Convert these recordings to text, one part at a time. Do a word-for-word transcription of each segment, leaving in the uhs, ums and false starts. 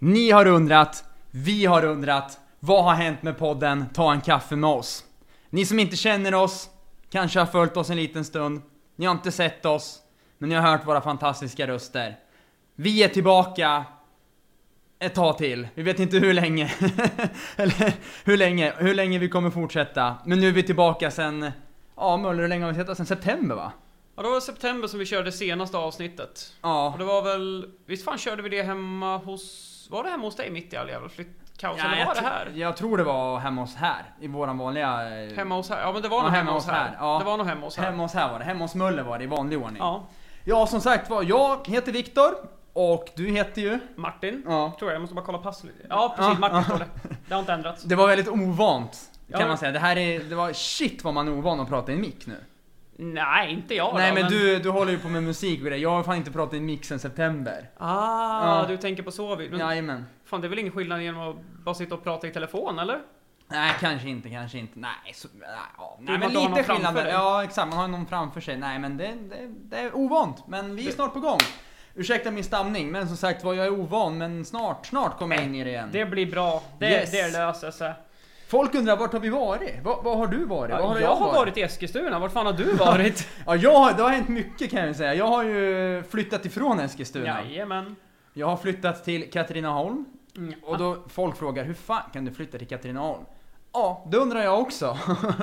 Ni har undrat, vi har undrat, vad har hänt med podden Ta en kaffe med oss? Ni som inte känner oss, kanske har följt oss en liten stund. Ni har inte sett oss, men ni har hört våra fantastiska röster. Vi är tillbaka ett tag till. Vi vet inte hur länge. Eller hur länge, hur länge vi kommer fortsätta. Men nu är vi tillbaka sen, ja Möller, hur länge har vi sett? Sen september va? Ja, det var september som vi körde det senaste avsnittet. Ja. Och det var väl, visst fan körde vi det hemma hos, var det hemma hos dig mitt i all jävla flyttkaos? Ja, eller var det tr- här? Jag tror det var hemma hos här, i våran vanliga... eh, Hemma hos här, ja men det var Ja, nog hemma hemma hos hos här. här, ja. Det var nog hemma hos här. Hemma hos här var det, hemma hos Möller var det i vanlig ordning. Ja, Ja, som sagt var, jag heter Viktor och du heter ju... Martin. Ja. Tror jag, jag måste bara kolla pass lite. Ja, precis, Ja. Martin står det. Det har inte ändrats. Det var väldigt ovant, kan Ja. man säga. Det här är, det var shit vad man är ovan att prata i en mick nu. Nej, inte jag Nej då, men du, du håller ju på med musik och det. Jag har fan inte pratat i en mick sen september. Ah, Ja. du tänker på så vid. Men Jajamän. fan, det är väl ingen skillnad genom att bara sitta och prata i telefon, eller? Nej, kanske inte, kanske inte. Nej, så, nej, ja. Du nej har men inte någon lite framför skillnad. dig. Ja, exakt. Man har någon framför sig. Nej, men det, det, det är ovant. Men vi är snart på gång. Ursäkta min stamning, men som sagt var jag är ovan. Men snart, snart kommer jag in i det igen. Det blir bra. Det, Yes. det löser sig. Folk undrar, vart har vi varit? Var, var har du varit? Ja, Var har jag, jag, har varit i Eskilstuna. Vart fan har du varit? Ja, jag, har- det har hänt mycket kan jag säga. Jag har ju flyttat ifrån Eskilstuna. Jajamän. Jag har flyttat till Katrineholm. Mm. Och då folk frågar, hur fan kan du flytta till Katrineholm? Ja, det undrar jag också.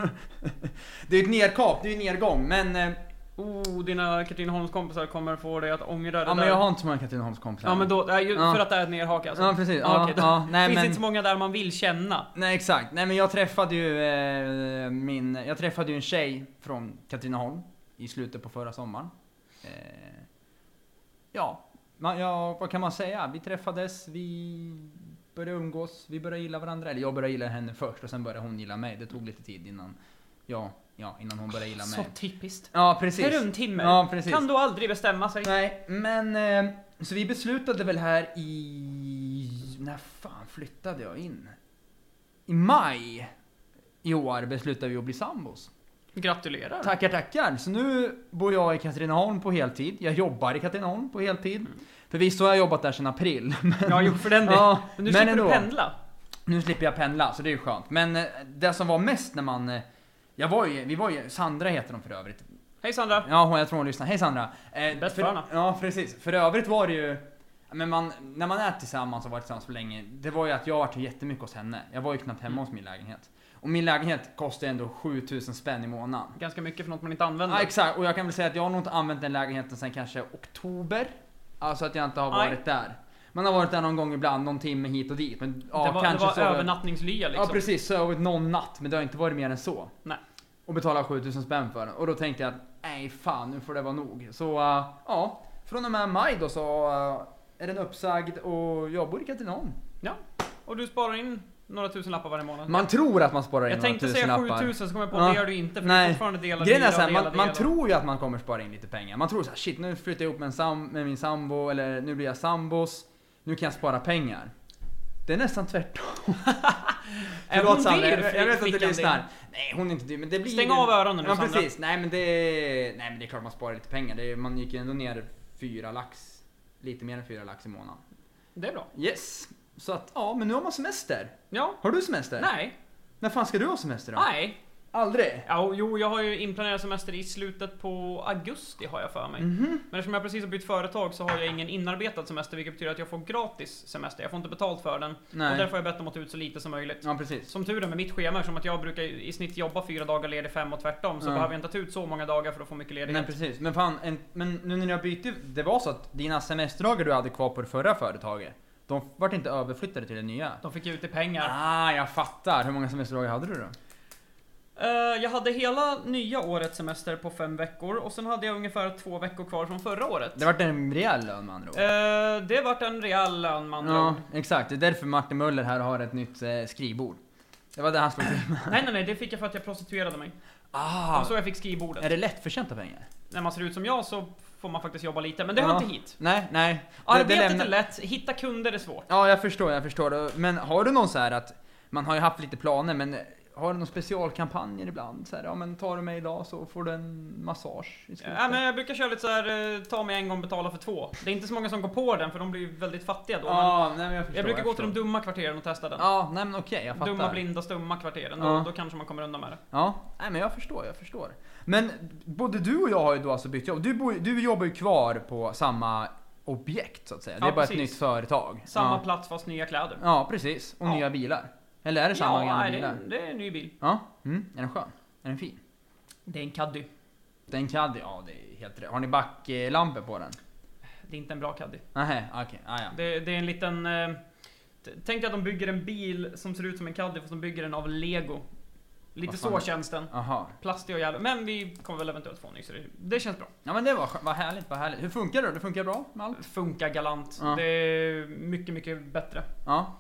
Det är ett nerkap, det är en nedgång. Men, eh, Oh, dina Katrineholmskompisar kommer få dig att ångra det ja, där. men jag har inte så många Katrineholmskompisar. Ja men då, nej, ju- Ja. för att det är ett nerhak alltså. Ja, precis. Ja, Ja, okej, då ja, nej, finns men- inte så många där man vill känna. Nej, exakt. Nej, men jag träffade ju eh, min... Jag träffade ju en tjej från Katrineholm i slutet på förra sommaren. Eh, ja, man, ja, vad kan man säga? Vi träffades, vi började umgås, vi började gilla varandra. Eller jag började gilla henne först och sen började hon gilla mig. Det tog lite tid innan, ja, ja, innan hon började gilla Så mig. typiskt. Ja, precis. Herrumtimmer. Ja, precis. Kan du aldrig bestämma sig? Nej, men eh, så vi beslutade väl här i... När fan flyttade jag in? I maj i år beslutade vi att bli sambos. Gratulerar. Tackar, tackar. Så nu bor jag i Katrineholm på heltid. Jag jobbar i Katrineholm på heltid. Mm. Förvisso har jag jobbat där sedan april. Men, Ja, jo för den delen. ja, Men nu men slipper ändå. du pendla. Nu slipper jag pendla, så det är ju skönt. Men eh, det som var mest när man... eh, Jag var ju, vi var ju, Sandra heter de för övrigt. Hej Sandra. Ja, hon, jag tror hon lyssnar. Hej Sandra. Eh, Bäst för, förna. Ja, precis. För övrigt var det ju... Men man, när man är tillsammans och varit tillsammans för länge, det var ju att jag var till jättemycket hos henne. Jag var ju knappt hemma Mm. hos min lägenhet. Och min lägenhet kostar ändå sjutusen spänn i månaden. Ganska mycket för något man inte använder. Ja, exakt. Och jag kan väl säga att jag har nog inte använt den lägenheten sedan kanske oktober. Alltså att jag inte har Nej. varit där. Man har varit där någon gång ibland, någon timme hit och dit. Men ja, det var, kanske det var så. övernattningslya liksom. Ja, precis. Sovit någon natt, men det har inte varit mer än så. Nej. Och betala sjutusen spänn för den. Och då tänkte jag att, nej fan, nu får det vara nog. Så uh, ja, från och med maj då så uh, är den uppsagd och jag bor i Katrineholm. Ja. Och du sparar in några tusen lappar varje månad. Man tror att man sparar in Jag några tänkte tusen säga lappar. sjutusen så kommer jag på Ja. det gör du inte för Nej. du fortfarande delar Grejen är hyra, så här, dela, man, man dela. tror ju att man kommer spara in lite pengar. Man tror så här, shit nu flyttar jag ihop med, en sam med min sambo, eller nu blir jag sambos. Nu kan jag spara pengar. Det är nästan tvärtom. Är Förlåt, hon Sandra, dyr, jag, jag vet att du flickan lyssnar. din? Nej, hon är inte dyr, men det blir... Stäng av öronen nu, Ja, Sandra. precis. Nej, men det... Nej, men det är klart man sparar lite pengar. Det är, man gick ju ändå ner fyra lax. Lite mer än fyra lax i månaden. Det är bra. Yes. Så att, ja, men nu har man semester. Ja. Har du semester? Nej. När fan ska du ha semester då? Nej. Aldrig? Ja, jo, jag har ju inplanerat semester i slutet på augusti har jag för mig. Mhm. Men eftersom jag precis har bytt företag så har jag ingen inarbetad semester, vilket betyder att jag får gratis semester. Jag får inte betalt för den. Nej. Och därför har jag bett dem att ta ut så lite som möjligt. Ja, precis. Som tur är med mitt schema, som att jag brukar i snitt jobba fyra dagar ledig fem och tvärtom, så Ja. behöver jag inte ta ut så många dagar för att få mycket Nej, ledighet. precis. Men fan, en, men nu när ni har bytt, det var så att dina semesterdagar du hade kvar på det förra företaget, de vart inte överflyttade till det nya? De fick ut i pengar. Ah, jag fattar. Hur många semesterdagar hade du då? Eh, jag hade hela nya årets semester på fem veckor och sen hade jag ungefär två veckor kvar från förra året. Det vart en rejäl lön med andra ord. Eh, det vart en rejäl lön man Ja, exakt. Det är därför Martin Möller här har ett nytt eh, skrivbord. Det var det han slog till med. Nej nej nej, det fick jag för att jag prostituerade mig. Ah, Det var så jag fick skrivbordet. är det lättförtjänta pengar? När man ser ut som jag så får man faktiskt jobba lite, men det hör Ja. inte hit. Nej, nej. Det- Arbetet det lämnar- är lätt, hitta kunder är svårt. Ja, jag förstår, jag förstår. Men har du någon så här att man har ju haft lite planer, men har du någon specialkampanjer ibland? Så här, ja men tar du mig idag så får du en massage i slutet. Ja, men jag brukar köra lite så här, eh, ta mig en gång, betala för två. Det är inte så många som går på den för de blir ju väldigt fattiga då. Ja, men nej, men jag, förstår, jag brukar jag gå förstår. till de dumma kvarteren och testa den. Ja, nej men okej, jag fattar. Dumma, blinda, stumma kvarteren. Då, Ja. då kanske man kommer undan med det. Ja, nej men jag förstår, jag förstår. Men både du och jag har ju då alltså bytt jobb. Du, bor, du jobbar ju kvar på samma objekt så att säga. Det är Ja, bara precis. ett nytt företag. Samma ja. plats fast nya kläder. Ja, precis. Och Ja. nya bilar. Eller är det samma Ja, gamla nej, det, bilar? är- det är en ny bil. Ja, mm. Är den skön? Är den fin? Det är en Caddy. Det är en Caddy, ja det är helt rätt. Har ni backlampor på den? Det är inte en bra Caddy. Nähä, okej, ah, ja. Det, det är en liten... Eh, t- tänk dig att de bygger en bil som ser ut som en Caddy fast de bygger den av Lego. Lite Vad så fan? känns den. Aha. Plastig och jävla. Men vi kommer väl eventuellt få en ny så det, det känns bra. Ja men det var, skö- vad härligt, vad härligt. Hur funkar det? Det funkar bra med allt? Funkar galant. Ja. Det är mycket, mycket bättre. Ja.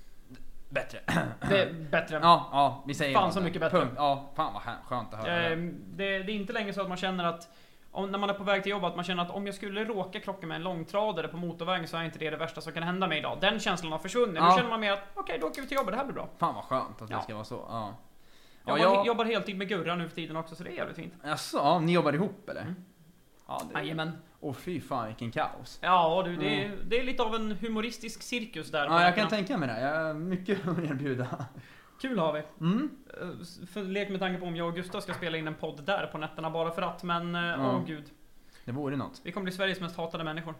Bättre. Det är bättre. Ja, ja, vi säger Fan ja, så det. mycket bättre. Punkt. Ja, fan vad hä- skönt att höra. Eh, det. det, det är inte längre så att man känner att om, när man är på väg till jobbet, att man känner att om jag skulle råka krocka med en långtradare på motorvägen så är inte det det värsta som kan hända mig idag. Den känslan har försvunnit. Ja. Nu känner man mer att okej, då åker vi till jobbet, det här blir bra. Fan vad skönt att det Ja. ska vara så. Ja. Jag Ja, jobbar, jag... jobbar heltid med Gurra nu för tiden också, så det är jävligt fint. Jaså, ja, ni jobbar ihop eller? Mm. Ja, det... Jajamän. Åh fy fan vilken kaos. Ja du, det, är, det är lite av en humoristisk cirkus där. på Ja, jag nätterna. kan tänka mig det. Jag har mycket att erbjuda. Kul har vi. Mm. Eh, För lek med tanke på om jag och Gustav ska spela in en podd där på nätterna bara för att. Men eh, åh Ja. gud. Det vore något. Vi kommer bli Sveriges mest hatade människor.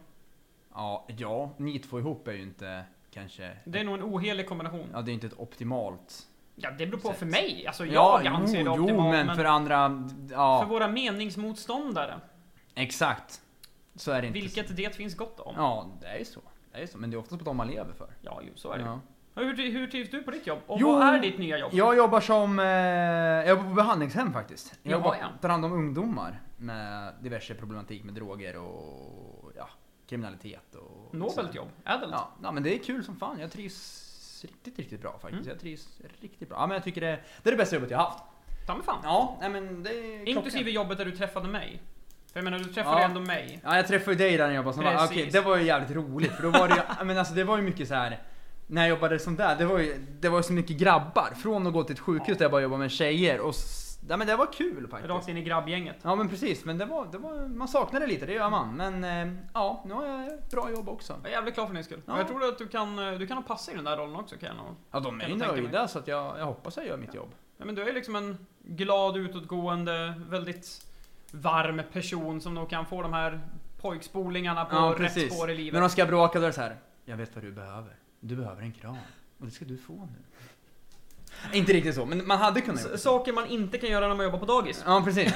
Ja, ja, ni två ihop är ju inte kanske... Det är nog en ohelig kombination. Ja, det är inte ett optimalt... Ja, det beror på Sätt. för mig. Alltså Ja, jag anser det jo, optimalt. jo, men, men för andra... Ja, för våra meningsmotståndare. exakt. Så är det inte. Vilket det finns gott om. Ja, det är ju så. Det är ju så. Men det är oftast på dem man lever för. Ja, jo, så är det. Ja. Och Hur, hur trivs du på ditt jobb? Och Jo, vad är ditt nya jobb? Jag jobbar som... Eh, jag jobbar på behandlingshem faktiskt. Jag Jaha, jobbar, ja. tar hand om ungdomar med diverse problematik med droger och ja, kriminalitet och... Nobelt jobb. Ädelt. Ja, ja, men det är kul som fan. Jag trivs riktigt, riktigt bra faktiskt. Mm. Jag trivs riktigt bra. Ja, men jag tycker det, det är det bästa jobbet jag har haft. Ta mig fan. Ja, nej men det är Inklusive klockrent. jobbet där du träffade mig. För jag menar, du träffade Ja. ändå mig. Ja, jag träffade ju dig där när jag jobbade som var, Precis. okej, det var ju jävligt roligt för då var det ju, ja, men alltså det var ju mycket så här. När jag jobbade som där, det var ju, det var ju så mycket grabbar. Från att gå till ett sjukhus Ja. där jag bara jobbade med tjejer och s- ja, men det var kul faktiskt. Rakt in i grabbgänget. Ja men precis, men det var, det var, man saknade lite, det gör man. Men eh, ja, nu har jag ett bra jobb också. Jag är jävligt glad för din skull. Ja. Och jag tror att du kan, du kan ha passa i den där rollen också kan jag nog. Ja, de är Kan ju jag tänka nöjda så att jag, jag hoppas jag gör mitt jobb. Ja, men du är liksom en glad, utåtgående, väldigt varm person som nog kan få de här pojkspolingarna på Ja, rätt precis. spår i livet. När de ska bråka då är det så här. Jag vet vad du behöver. Du behöver en kram. Och det ska du få nu. Inte riktigt så, men man hade kunnat göra S- så. Saker man inte kan göra när man jobbar på dagis. Ja, precis.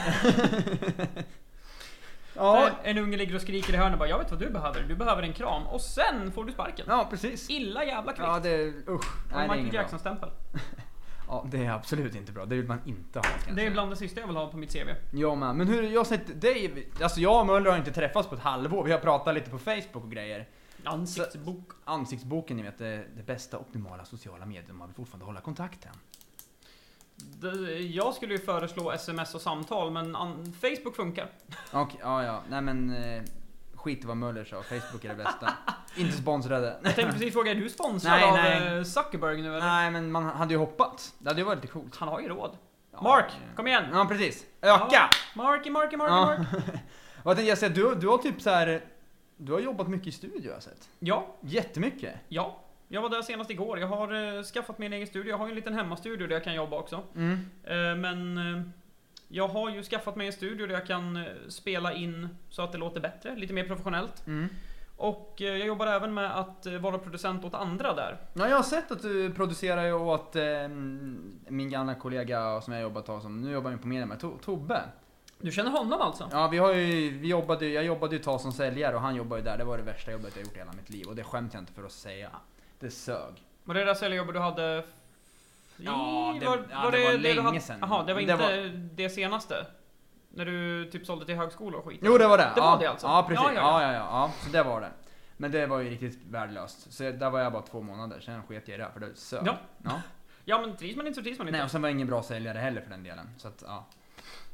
Ja. ja, En unge ligger och skriker i hörnet och bara, jag vet vad du behöver, du behöver en kram. Och sen får du sparken. ja, precis. Illa jävla kvickt. Ja, det usch. Och Nej, det är Michael inget bra. Jackson-stämpel. Ja, det är absolut inte bra. Det vill man inte ha. kan jag Det är säga. bland det sista jag vill ha på mitt C V. Ja, men, men hur, jag har sett dig, alltså jag och Möller har inte träffats på ett halvår. Vi har pratat lite på Facebook och grejer. Ansiktsbok. Ansiktsboken, ni vet, det, det bästa optimala sociala medier. Man vill fortfarande hålla kontakten. Det- Jag skulle ju föreslå sms och samtal, men an- Facebook funkar. Okej, ja, ja. Nej men, eh, skit i vad Möller sa. Facebook är det bästa. Inte sponsrade. Jag tänkte precis fråga, är du sponsrad Nej, av nej. eh, Zuckerberg nu eller? Nej, men man hade ju hoppats. Det hade ju varit lite coolt. Han har ju råd. Ja, Mark, ja. kom igen! Ja, precis. Öka! Ja. Marky, Marky, Marky, Ja. Mark. Och jag tänkte jag säga, du, du har typ så här. Du har jobbat mycket i studio har jag sett. Ja, Jättemycket. ja. Jag var där senast igår. Jag har eh, skaffat mig en egen studio. Jag har ju en liten hemmastudio där jag kan jobba också. Mm. Eh, men eh, jag har ju skaffat mig en studio där jag kan eh, spela in så att det låter bättre, lite mer professionellt. Mm. Och eh, jag jobbar även med att eh, vara producent åt andra där. Ja, jag har sett att du producerar ju åt eh, min gamla kollega som jag jobbat med, som nu jobbar vi på mer med, To- Tobbe. Du känner honom alltså? Ja, vi har ju, vi jobbade, jag jobbade ju ett tag som säljare och han jobbade ju där. Det var det värsta jobbet jag gjort i hela mitt liv och det skämtar jag inte för att säga. Det sög. Var det det där säljjobbet du hade? f- Ja, i- det- ja, det var du länge hade- sedan. Jaha, det var Det inte var- det senaste? När du typ sålde till högskola och skit? Jo, det var det. Det ja, var det alltså? Ja, precis. Ja, Ja, ja, ja, ja. ja, ja, så det var det. Men det var ju riktigt värdelöst. Så där var jag bara två månader, sen sket jag i det för det sög. Ja. Ja. Ja, men trivs man inte så trivs man inte. Nej, och sen var jag ingen bra säljare heller för den delen. Så att, ja.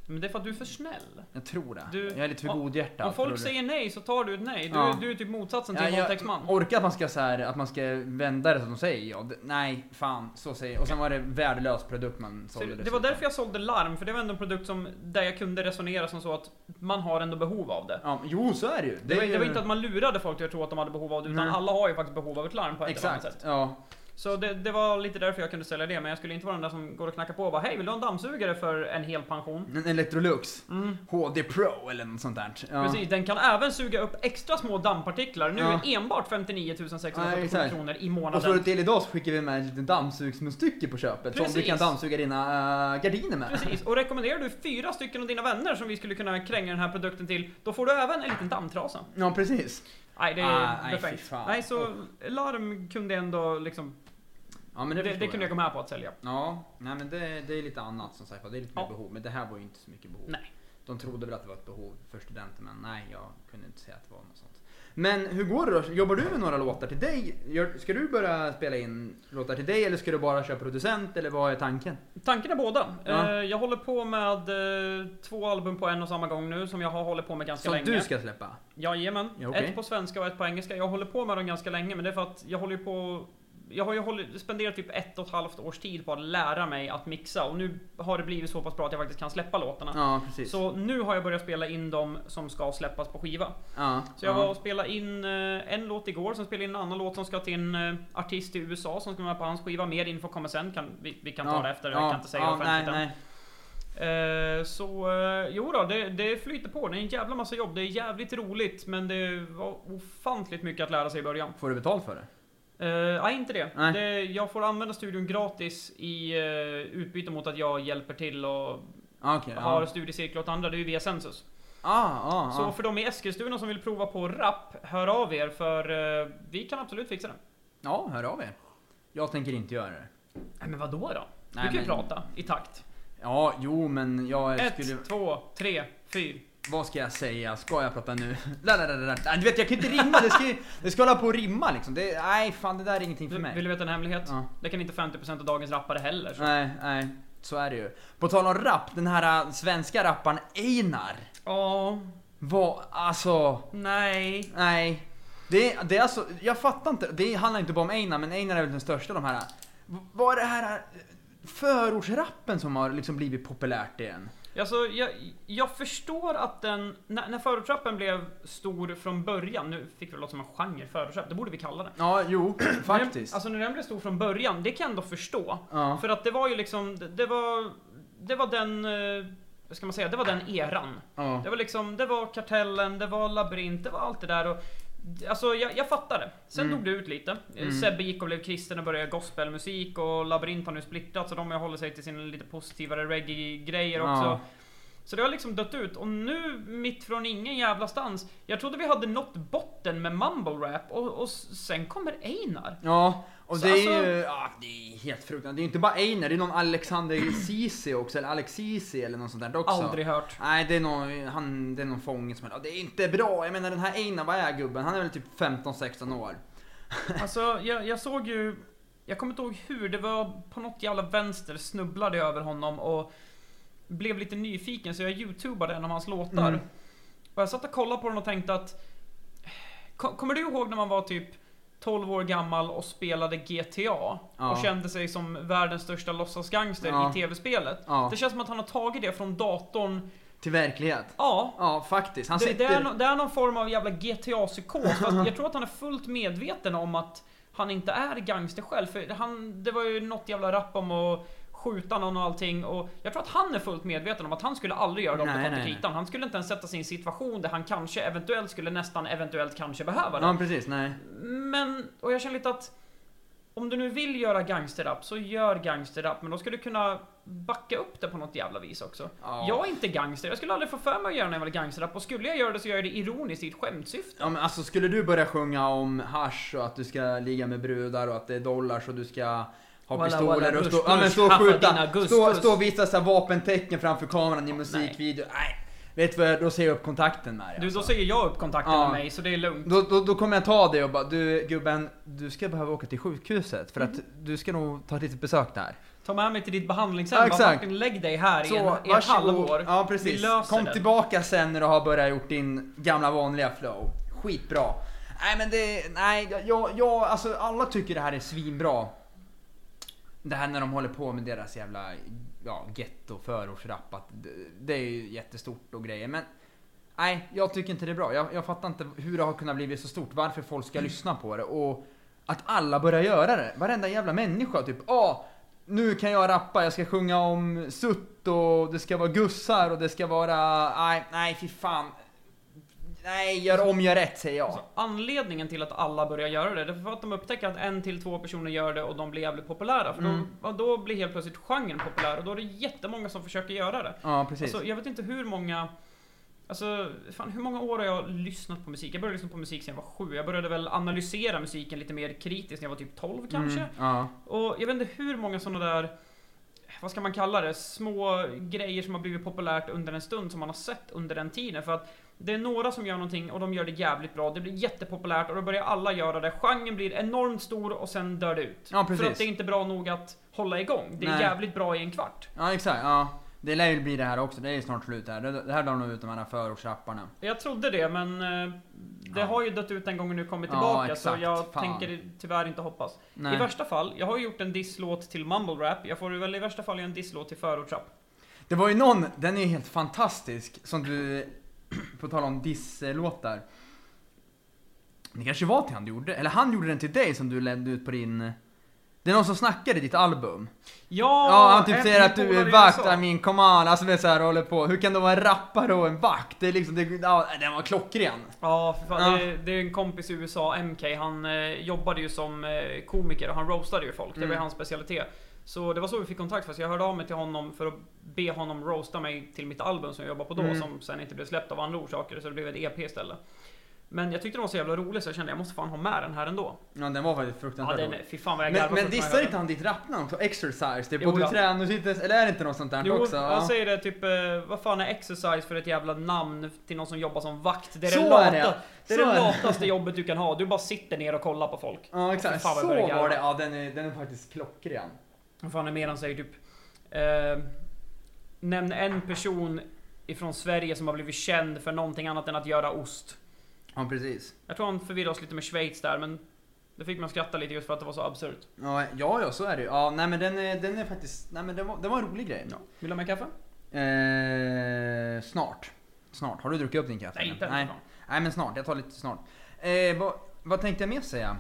Men det är för att du är för snäll. Jag tror det. Du, jag är lite för om, godhjärtad. Om folk säger nej så tar du ett nej. Du, Ja. du är typ motsatsen till Ja, en jag våldtäktsman. orkar att man ska så här, att man ska vända det så att de säger ja. Det, nej, fan, så säger. Och sen var det värdelös produkt man Så sålde. det var därför jag sålde larm, för det var ändå en produkt som, där jag kunde resonera som så att man har ändå behov av det. Ja, jo, så är det ju. Det, var, är ju... det var inte att man lurade folk till att tro att de hade behov av det, utan Nej. alla har ju faktiskt behov av ett larm på ett eller annat Exakt, sätt. ja. Så det, det var lite därför jag kunde sälja det, men jag skulle inte vara den där som går och knackar på och bara hej, vill du ha en dammsugare för en hel pension? En Electrolux. Mm. H D Pro eller något sånt där. Ja. Precis, den kan även suga upp extra små dammpartiklar. Nu Ja. enbart femtionio tusen Ja, sexhundrafyrtiosju exakt. kronor i Och månaden. så till idag så skickar vi med ett litet dammsugsmunstycke på köpet. Som du Precis. kan dammsuga dina uh, gardiner med. Precis, och rekommenderar du fyra stycken av dina vänner som vi skulle kunna kränga den här produkten till, då får du även en liten dammtrasa. Ja, precis. Nej, det är Ah, nej, befängt. fy fan. Nej, så larm kunde jag ändå liksom, Ja, men det, det, det, förstår kunde jag gå med på att sälja. Ja, nej men det, det är lite annat som sagt. Det är lite mer Ja. behov. Men det här var ju inte så mycket behov. Nej. De trodde väl att det var ett behov för studenter, men nej, jag kunde inte säga att det var något sånt. Men hur går det då? Jobbar du med några låtar till dig? Gör, ska du börja spela in låtar till dig eller ska du bara köra producent eller vad är tanken? Tanken är båda. Ja. Eh, Jag håller på med eh, två album på en och samma gång nu som jag har hållit på med ganska Som länge. du ska släppa? Jajamän. Ja, okej. Ett på svenska och ett på engelska. Jag håller på med dem ganska länge, men det är för att jag håller ju på... Jag har ju hållit, spenderat typ ett och ett halvt års tid på att lära mig att mixa, och nu har det blivit så pass bra att jag faktiskt kan släppa låtarna. Ja, precis. Så nu har jag börjat spela in dem som ska släppas på skiva. Ja, Så jag ja. var och spelade in eh, en låt igår, som spelade in en annan låt som ska till en eh, artist i U S A som ska vara med på hans skiva. Mer info kommer sen, kan, vi, vi kan ta Ja, det efter, ja, jag kan inte säga ja, offentligt nej, än. nej. Eh, så eh, jo då, det, det flyter på. Det är en jävla massa jobb. Det är jävligt roligt, men det var ofantligt mycket att lära sig i början. Får du betalt för det? Uh, nej, inte det. Nej. det. Jag får använda studion gratis i uh, utbyte mot att jag hjälper till och Ah, okay, har ja. studiecirklar åt andra. Det är ju via Sensus. Ah, ah, Så ah. för de i Eskilstuna som vill prova på rap, hör av er, för uh, vi kan absolut fixa det. Ja, hör av er. Jag tänker inte göra det. Nej, men vadå då? Nej, du kan ju men- prata i takt. Ja, jo, men jag Ett, skulle... två, tre, fyra. Vad ska jag säga? Ska jag prata nu? La, la, la, la, la. Nej, du vet, jag kan inte rimma. Det ska, ju- det ska hålla på att rimma liksom. Det, nej, fan, det där är ingenting för Vill, mig. vill du veta en hemlighet? Ja. Det kan inte femtio procent av dagens rappare heller. Så. Nej, nej. Så är det ju. På tal om rap, den här äh, svenska rapparen Einar. Ja, Vad, alltså... nej. Nej. Det, det är alltså, jag fattar inte. Det handlar inte bara om Einar, men Einar är väl den största av de här. V- Vad är det här äh, förortsrappen som har liksom blivit populärt igen? Alltså, jag, jag förstår att den, när, när förortsrappen blev stor från början, nu fick vi det låta som en genre, förortsrap, det borde vi kalla det. Ja, jo, faktiskt. Men, alltså när den blev stor från början, det kan jag ändå förstå. Ja. För att det var ju liksom, det, det var, det var den, eh, vad ska man säga, det var den eran. Ja. Det var liksom, det var Kartellen, det var Labyrint, det var allt det där och alltså jag, jag fattar det. Sen Mm. dog det ut lite. Mm. Sebbe gick och blev kristen och började gospelmusik och Labyrint har nu splittat, så de håller sig till sina lite positivare reggae-grejer också. Ja. Så det har liksom dött ut, och nu mitt från ingen jävla stans. Jag trodde vi hade nått botten med mumble rap, och, och sen kommer Einar. Ja, och Så det är alltså- ju, ja, det är helt fruktansvärt. Det är ju inte bara Einar, det är någon Alexander Sisi också, eller Alex Sisi eller något sånt där också. Aldrig hört. Nej, det är någon, han, det är någon fånge som är, det är inte bra. Jag menar den här Einar, vad är gubben? Han är väl typ femton sexton år. Alltså jag, jag såg ju, jag kommer inte ihåg hur, det var på något jävla vänster snubblade jag över honom och blev lite nyfiken, så jag youtubade en av hans låtar. Mm. Och jag satt och kollade på den och tänkte att, Kom- kommer du ihåg när man var typ tolv år gammal och spelade G T A Ja. och kände sig som världens största låtsasgangster Ja. i tv-spelet? Ja. Det känns som att han har tagit det från datorn. Till verklighet. Ja, Ja, faktiskt. Han det, sitter... det, är no, det är någon form av jävla G T A-psykos. Fast jag tror att han är fullt medveten om att han inte är gangster själv. För han, det var ju något jävla rapp om att skjuta någon och allting. Och jag tror att han är fullt medveten om att han skulle aldrig göra det om det Nej, kom till nej, nej. kritan. Han skulle inte ens sätta sig i en situation där han kanske eventuellt skulle nästan eventuellt kanske behöva det. Ja, precis. Nej. Men, och jag känner lite att om du nu vill göra gangsterrap, så gör gangsterrap, men då ska du kunna backa upp det på något jävla vis också. Ja. Jag är inte gangster, jag skulle aldrig få för mig att göra när jag var gangsterrap, och skulle jag göra det så gör jag det ironiskt i ett skämtsyfte. Ja, men alltså skulle du börja sjunga om hasch och att du ska ligga med brudar och att det är dollars och du ska ha Walla, pistoler walla, och stå, gush, ja, men gush, stå och haffa skjuta, dina guss, stå, guss. stå och visa så här vapentecken framför kameran i musikvideo. Nej. Vet du vad, då ser jag upp kontakten med dig. Du, då alltså. säger jag upp kontakten Ja. med mig, så det är lugnt. Då, då, då kommer jag ta det och bara, du gubben, du ska behöva åka till sjukhuset för att Mm. du ska nog ta ett litet besök där. Ta med mig till ditt behandlingshem. Ja, exakt. Martin, lägg dig här Så, i, en, i ett halvår. Ja, precis. Kom det. tillbaka sen när du har börjat gjort din gamla vanliga flow. Skitbra. Nej, men det... Nej, jag, jag, alltså alla tycker det här är svinbra. Det här när de håller på med deras jävla... Ja, getto, förortsrap. Att det, det är ju jättestort och grejer. Men... Nej, jag tycker inte det är bra. Jag, jag fattar inte hur det har kunnat bli så stort. Varför folk ska lyssna på det. Och att alla börjar göra det. Varenda jävla människa. Typ, ah, nu kan jag rappa. Jag ska sjunga om sutt och det ska vara gussar och det ska vara... Nej, nej, fy fan. Nej, gör om, gör rätt, säger jag. Alltså, anledningen till att alla börjar göra det, det är för att de upptäcker att en till två personer gör det och de blir jävligt populära. För Mm. då, då blir helt plötsligt genren populär och då är det jättemånga som försöker göra det. Ja, precis. Alltså, jag vet inte hur många... Alltså, fan, hur många år har jag lyssnat på musik? Jag började lyssna på musik sedan jag var sju. Jag började väl analysera musiken lite mer kritiskt när jag var typ tolv kanske. Mm, ja. Och jag vet inte hur många sådana där, vad ska man kalla det, små grejer som har blivit populärt under en stund som man har sett under den tiden. För att det är några som gör någonting och de gör det jävligt bra. Det blir jättepopulärt och då börjar alla göra det. Genren blir enormt stor och sen dör det ut. Ja, precis. För att det är inte bra nog att hålla igång. Det är Nej. jävligt bra i en kvart. Ja, exakt. Ja. Det lär ju bli det här också. Det är snart slut här. Det, det här drar nog ut de här förortsrapparna. Jag trodde det, men eh, det Ja. har ju dött ut en gång och nu kommit Ja, tillbaka. exakt. Så jag Fan. tänker tyvärr inte hoppas. Nej. I värsta fall, jag har ju gjort en disslåt till mumble rap. Jag får väl i värsta fall göra en disslåt till förortsrap. Det var ju någon, den är ju helt fantastisk, som du, på tal om disslåtar. Det kanske var till han du gjorde, eller han gjorde den till dig som du ledde ut på din... Det är någon som snackar i ditt album. Ja, Ja, han typ en säger att du polare är i vakt, U S A. I mean come on, alltså det är så här håller på. Hur kan det vara en rappare och en vakt? Det är liksom, det, ja, den var klockren. Ja, för fan, Ja. Det, det är en kompis i U S A, M K. Han eh, jobbade ju som eh, komiker och han roastade ju folk. Det var Mm. hans specialitet. Så det var så vi fick kontakt, fast jag hörde av mig till honom för att be honom roasta mig till mitt album som jag jobbar på då, Mm. som sen inte blev släppt av andra orsaker, så det blev ett E P istället. Men jag tyckte det var så jävla roligt så jag kände jag måste fan ha med den här ändå. Ja, den var faktiskt Ja, fruktansvärt den, rolig. fy fan vad jag Men, garvar men först när jag dissar hörde inte han ditt rapnamn på Exercise? Typ, Jo, och du ja. tränar och sitter, eller är det inte något sånt där Jo, också? jag Ja. säger det typ, eh, vad fan är exercise för ett jävla namn till någon som jobbar som vakt? Det är Så det, är lata, det. det, är Så det är det. lataste jobbet du kan ha. Du bara sitter ner och kollar på folk. Ja, exakt. Fy fan vad Så jag börjar garva. var det. Ja, den är, den är faktiskt klockren. Vad fan är mer han säger typ eh, nämn en person ifrån Sverige som har blivit känd för någonting annat än att göra ost. Ja, precis. Jag tror han förvirrar oss lite med Schweiz där, men det fick man skratta lite just för att det var så absurt. Ja, ja, ja, så är det ju. Ja, nej men den är, den är faktiskt, nej men det var, det var en rolig grej. Ja. Vill du ha med kaffe? Eh, snart. Snart. Har du druckit upp din kaffe? Nej, inte än. nej. nej, men snart. Jag tar lite snart. Eh, vad, vad tänkte jag mer säga?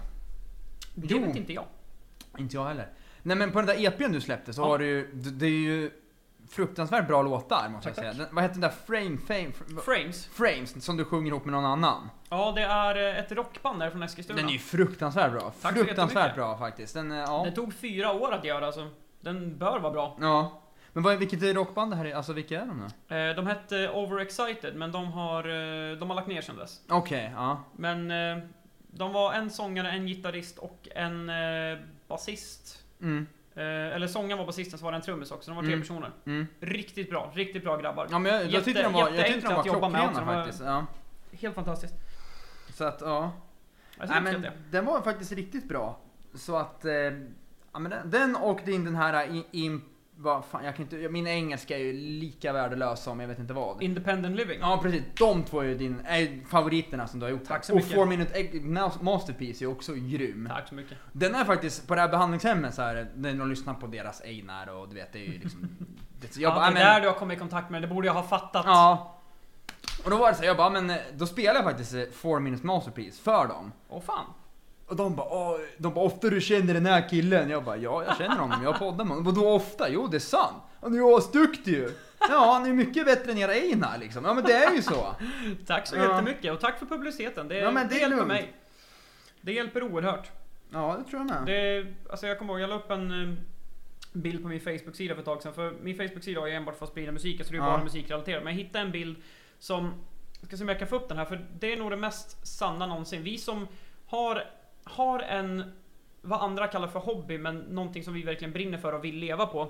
Det Jo. vet inte jag. Inte jag heller. Nej, men på den där E P:n du släppte så Ja. har du ju, det, det är ju fruktansvärt bra låtar måste Tack, jag säga. tack. Den, vad heter den där Frame, fame, fr- Frames. Frames som du sjunger ihop med någon annan? Ja, det är ett rockband där från Eskilstuna. Den är ju fruktansvärt bra. Tack så Fruktansvärt jättemycket. bra faktiskt. Den, eh, ja. Det tog fyra år att göra, så den bör vara bra. ja. Men vad, vilket är rockband det här är? Alltså vilka är de då? Eh, De hette Overexcited, men de har, eh, de har lagt ner sedan dess. Okej, ja. Men eh, de var en sångare, en gitarrist och en eh, basist. Mm. Eh, eller sångaren var basisten, så var det en trummis också. De var tre Mm. personer. Mm. Riktigt bra, riktigt bra grabbar. Ja, men jag, jag Jätte- tyckte de var, jag tyckte jätteenkla de var att jobba med klockrena också, de var- faktiskt. Ja. Helt fantastiskt. Så att, ja. Jag Nej, Nej, men det. den var faktiskt riktigt bra. Så att, eh, ja men den, den och din den här in, in vad fan, jag kan inte, min engelska är ju lika värdelös som jag vet inte vad. Independent Living. Ja precis, de två är ju din, är favoriterna som du har gjort. Tack så och mycket. four minute Egg- Mas- Masterpiece är ju också grym. Tack så mycket. Den är faktiskt, på det här behandlingshemmet så här, när de lyssnar på deras Einar och du vet det är ju liksom det, så jag Ja, bara, det är men, där du har kommit i kontakt med det, borde jag ha fattat. ja. Och då var det så här, jag bara, men då spelar jag faktiskt eh, four minute Masterpiece för dem. Åh fan. Och de bara, åh, de bara, ofta du känner den här killen. Jag bara, ja jag känner honom, jag poddar med honom. Och då ofta? Jo det är sant. Han är ju asduktig ju. Ja, han är mycket bättre än era Einar liksom. Ja men det är ju så. Tack så Ja. jättemycket och tack för publiciteten. Det, Ja, men det det är hjälper lugnt. mig. Det hjälper oerhört. Ja det tror jag med. Det, alltså jag kommer ihåg, jag la upp en eh, bild på min Facebook-sida för ett tag sedan. För min Facebook-sida har ju enbart för att sprida musik, så det är ju Ja. bara musikrelaterat. Men jag hittade en bild som, jag ska se om jag kan få upp den här, för det är nog det mest sanna någonsin. Vi som har, har en, vad andra kallar för hobby, men någonting som vi verkligen brinner för och vill leva på.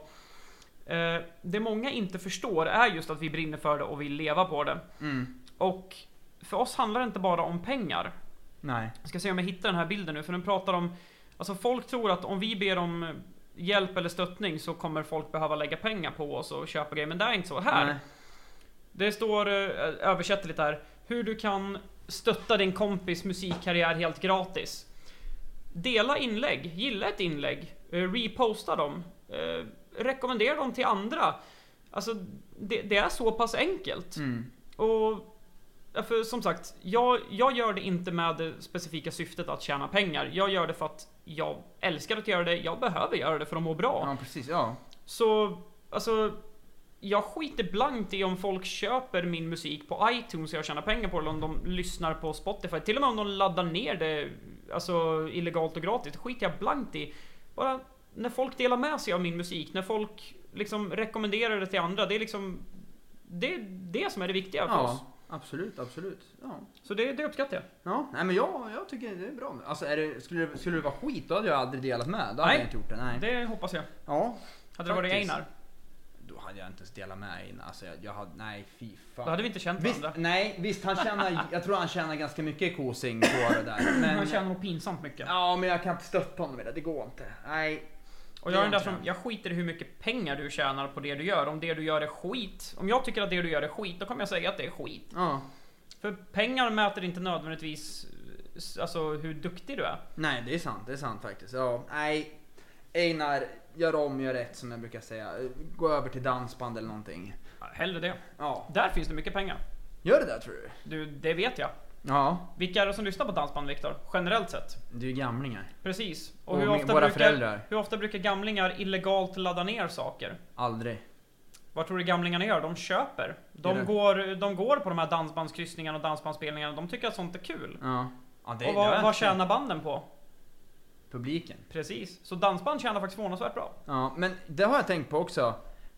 Eh, det många inte förstår är just att vi brinner för det och vill leva på det. Mm. Och för oss handlar det inte bara om pengar. Nej. Jag ska se om jag hittar den här bilden nu, för den pratar om, alltså folk tror att om vi ber om hjälp eller stöttning så kommer folk behöva lägga pengar på oss och köpa grejer. Men det är inte så här. Nej. Det står, eh, översätter lite här, hur du kan stötta din kompis musikkarriär helt gratis. Dela inlägg, gilla ett inlägg, eh, reposta dem, eh, rekommendera dem till andra. Alltså, det, det är så pass enkelt. Mm. Och för som sagt, jag, jag gör det inte med det specifika syftet att tjäna pengar. Jag gör det för att jag älskar att göra det. Jag behöver göra det för att må bra. Ja, precis, ja. Så, alltså, jag skiter blankt i om folk köper min musik på iTunes och jag tjänar pengar på det, eller om de lyssnar på Spotify. Till och med om de laddar ner det, alltså illegalt och gratis, det skiter jag blankt i. Bara när folk delar med sig av min musik, när folk liksom rekommenderar det till andra, det är liksom det, det som är det viktiga för Ja, oss. absolut, absolut. Ja. Så det, det uppskattar jag. Ja, nej men jag, jag tycker det är bra. Alltså är det, skulle, det, skulle det vara skit då hade jag aldrig delat med. Då hade Nej. jag inte gjort det, nej. Det hoppas jag. Ja. Hade det varit Faktiskt. Einar, Då hade jag inte ens delat med Einar. Alltså jag, jag hade, nej fy fan. då hade vi inte känt Visst, varandra. nej, visst han tjänar, jag tror han tjänar ganska mycket kosing på det där. Men, Han känner nog pinsamt mycket. ja, men jag kan inte stötta honom med det, det går inte. Nej. Och jag är den där Det är som, inte. jag skiter i hur mycket pengar du tjänar på det du gör. Om det du gör är skit. Om jag tycker att det du gör är skit, då kommer jag säga att det är skit. Ja. För pengar mäter inte nödvändigtvis alltså hur duktig du är. Nej, det är sant, det är sant faktiskt. Ja, nej. Einar, gör om, gör rätt som jag brukar säga. Gå över till dansband eller någonting. Ja, hellre det. Ja. Där finns det mycket pengar. Gör det där tror du? Du, det vet jag. Ja, Vilka är det som lyssnar på dansband, Viktor? Generellt sett. det är ju gamlingar. Precis. Och, Och hur, min- ofta våra brukar, föräldrar. hur ofta brukar gamlingar illegalt ladda ner saker? Aldrig. Vad tror du gamlingarna gör? De köper. De, Gör det. går, de går på de här dansbandskryssningarna och dansbandspelningarna. De tycker att sånt är kul. Ja. Ja, det, Och det vad, var vad tjänar banden på? publiken. Precis. Så dansband tjänar faktiskt förvånansvärt bra. Ja, men det har jag tänkt på också.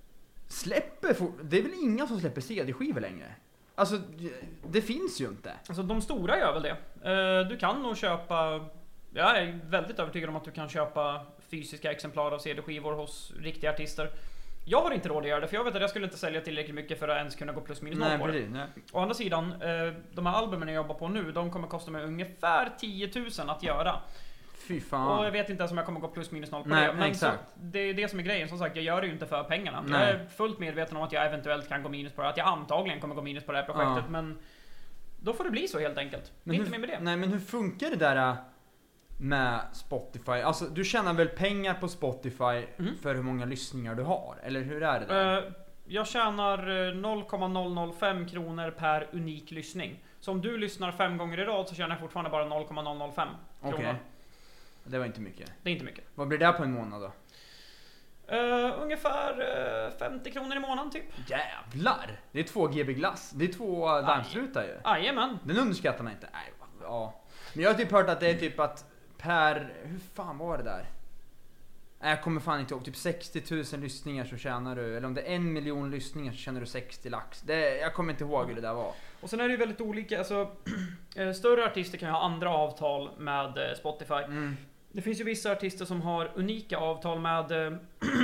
Släpper for... Det är väl inga som släpper C D-skivor längre? Alltså, det finns ju inte. Alltså de stora gör väl det. Eh, Du kan nog köpa... Jag är väldigt övertygad om att du kan köpa fysiska exemplar av C D-skivor hos riktiga artister. Jag har inte råd att göra det, för jag vet att jag skulle inte sälja tillräckligt mycket för att ens kunna gå plus minus noll Nej, på det. precis. Nej. Å andra sidan, eh, de här albumen jag jobbar på nu, de kommer kosta mig ungefär tio tusen att göra. Fy Och fan. jag vet inte ens om jag kommer gå plus minus noll på Nej, det. Men exakt. så, det är det som är grejen. Som sagt, jag gör det ju inte för pengarna. Nej. Jag är fullt medveten om att jag eventuellt kan gå minus på det. Att jag antagligen kommer gå minus på det här projektet. Ja. Men då får det bli så helt enkelt. Men det är hur, inte mer med det. Nej, men hur funkar det där äh, med Spotify? Alltså, du tjänar väl pengar på Spotify Mhm. för hur många lyssningar du har? Eller hur är det där? Eh, jag tjänar eh, noll komma noll noll fem kronor per unik lyssning. Så om du lyssnar fem gånger i rad så tjänar jag fortfarande bara noll komma noll noll fem kronor. Okej. Det var inte mycket. Det är inte mycket. Vad blir det på en månad då? Eh, ungefär eh, femtio kronor i månaden typ. Jävlar! Det är två G B glass. Det är två äh, dammslutar ju. Jajamän. Den underskattar man inte. Nej, ja. Men jag har typ hört att det är typ att per... Hur fan var det där? Nej, jag kommer fan inte ihåg. Typ sextio tusen lyssningar så tjänar du... Eller om det är en miljon lyssningar så tjänar du sextio lax. Det, jag kommer inte ihåg hur det där var. Och sen är det ju väldigt olika. Alltså, eh, större artister kan ju ha andra avtal med eh, Spotify. Mm. Det finns ju vissa artister som har unika avtal med eh,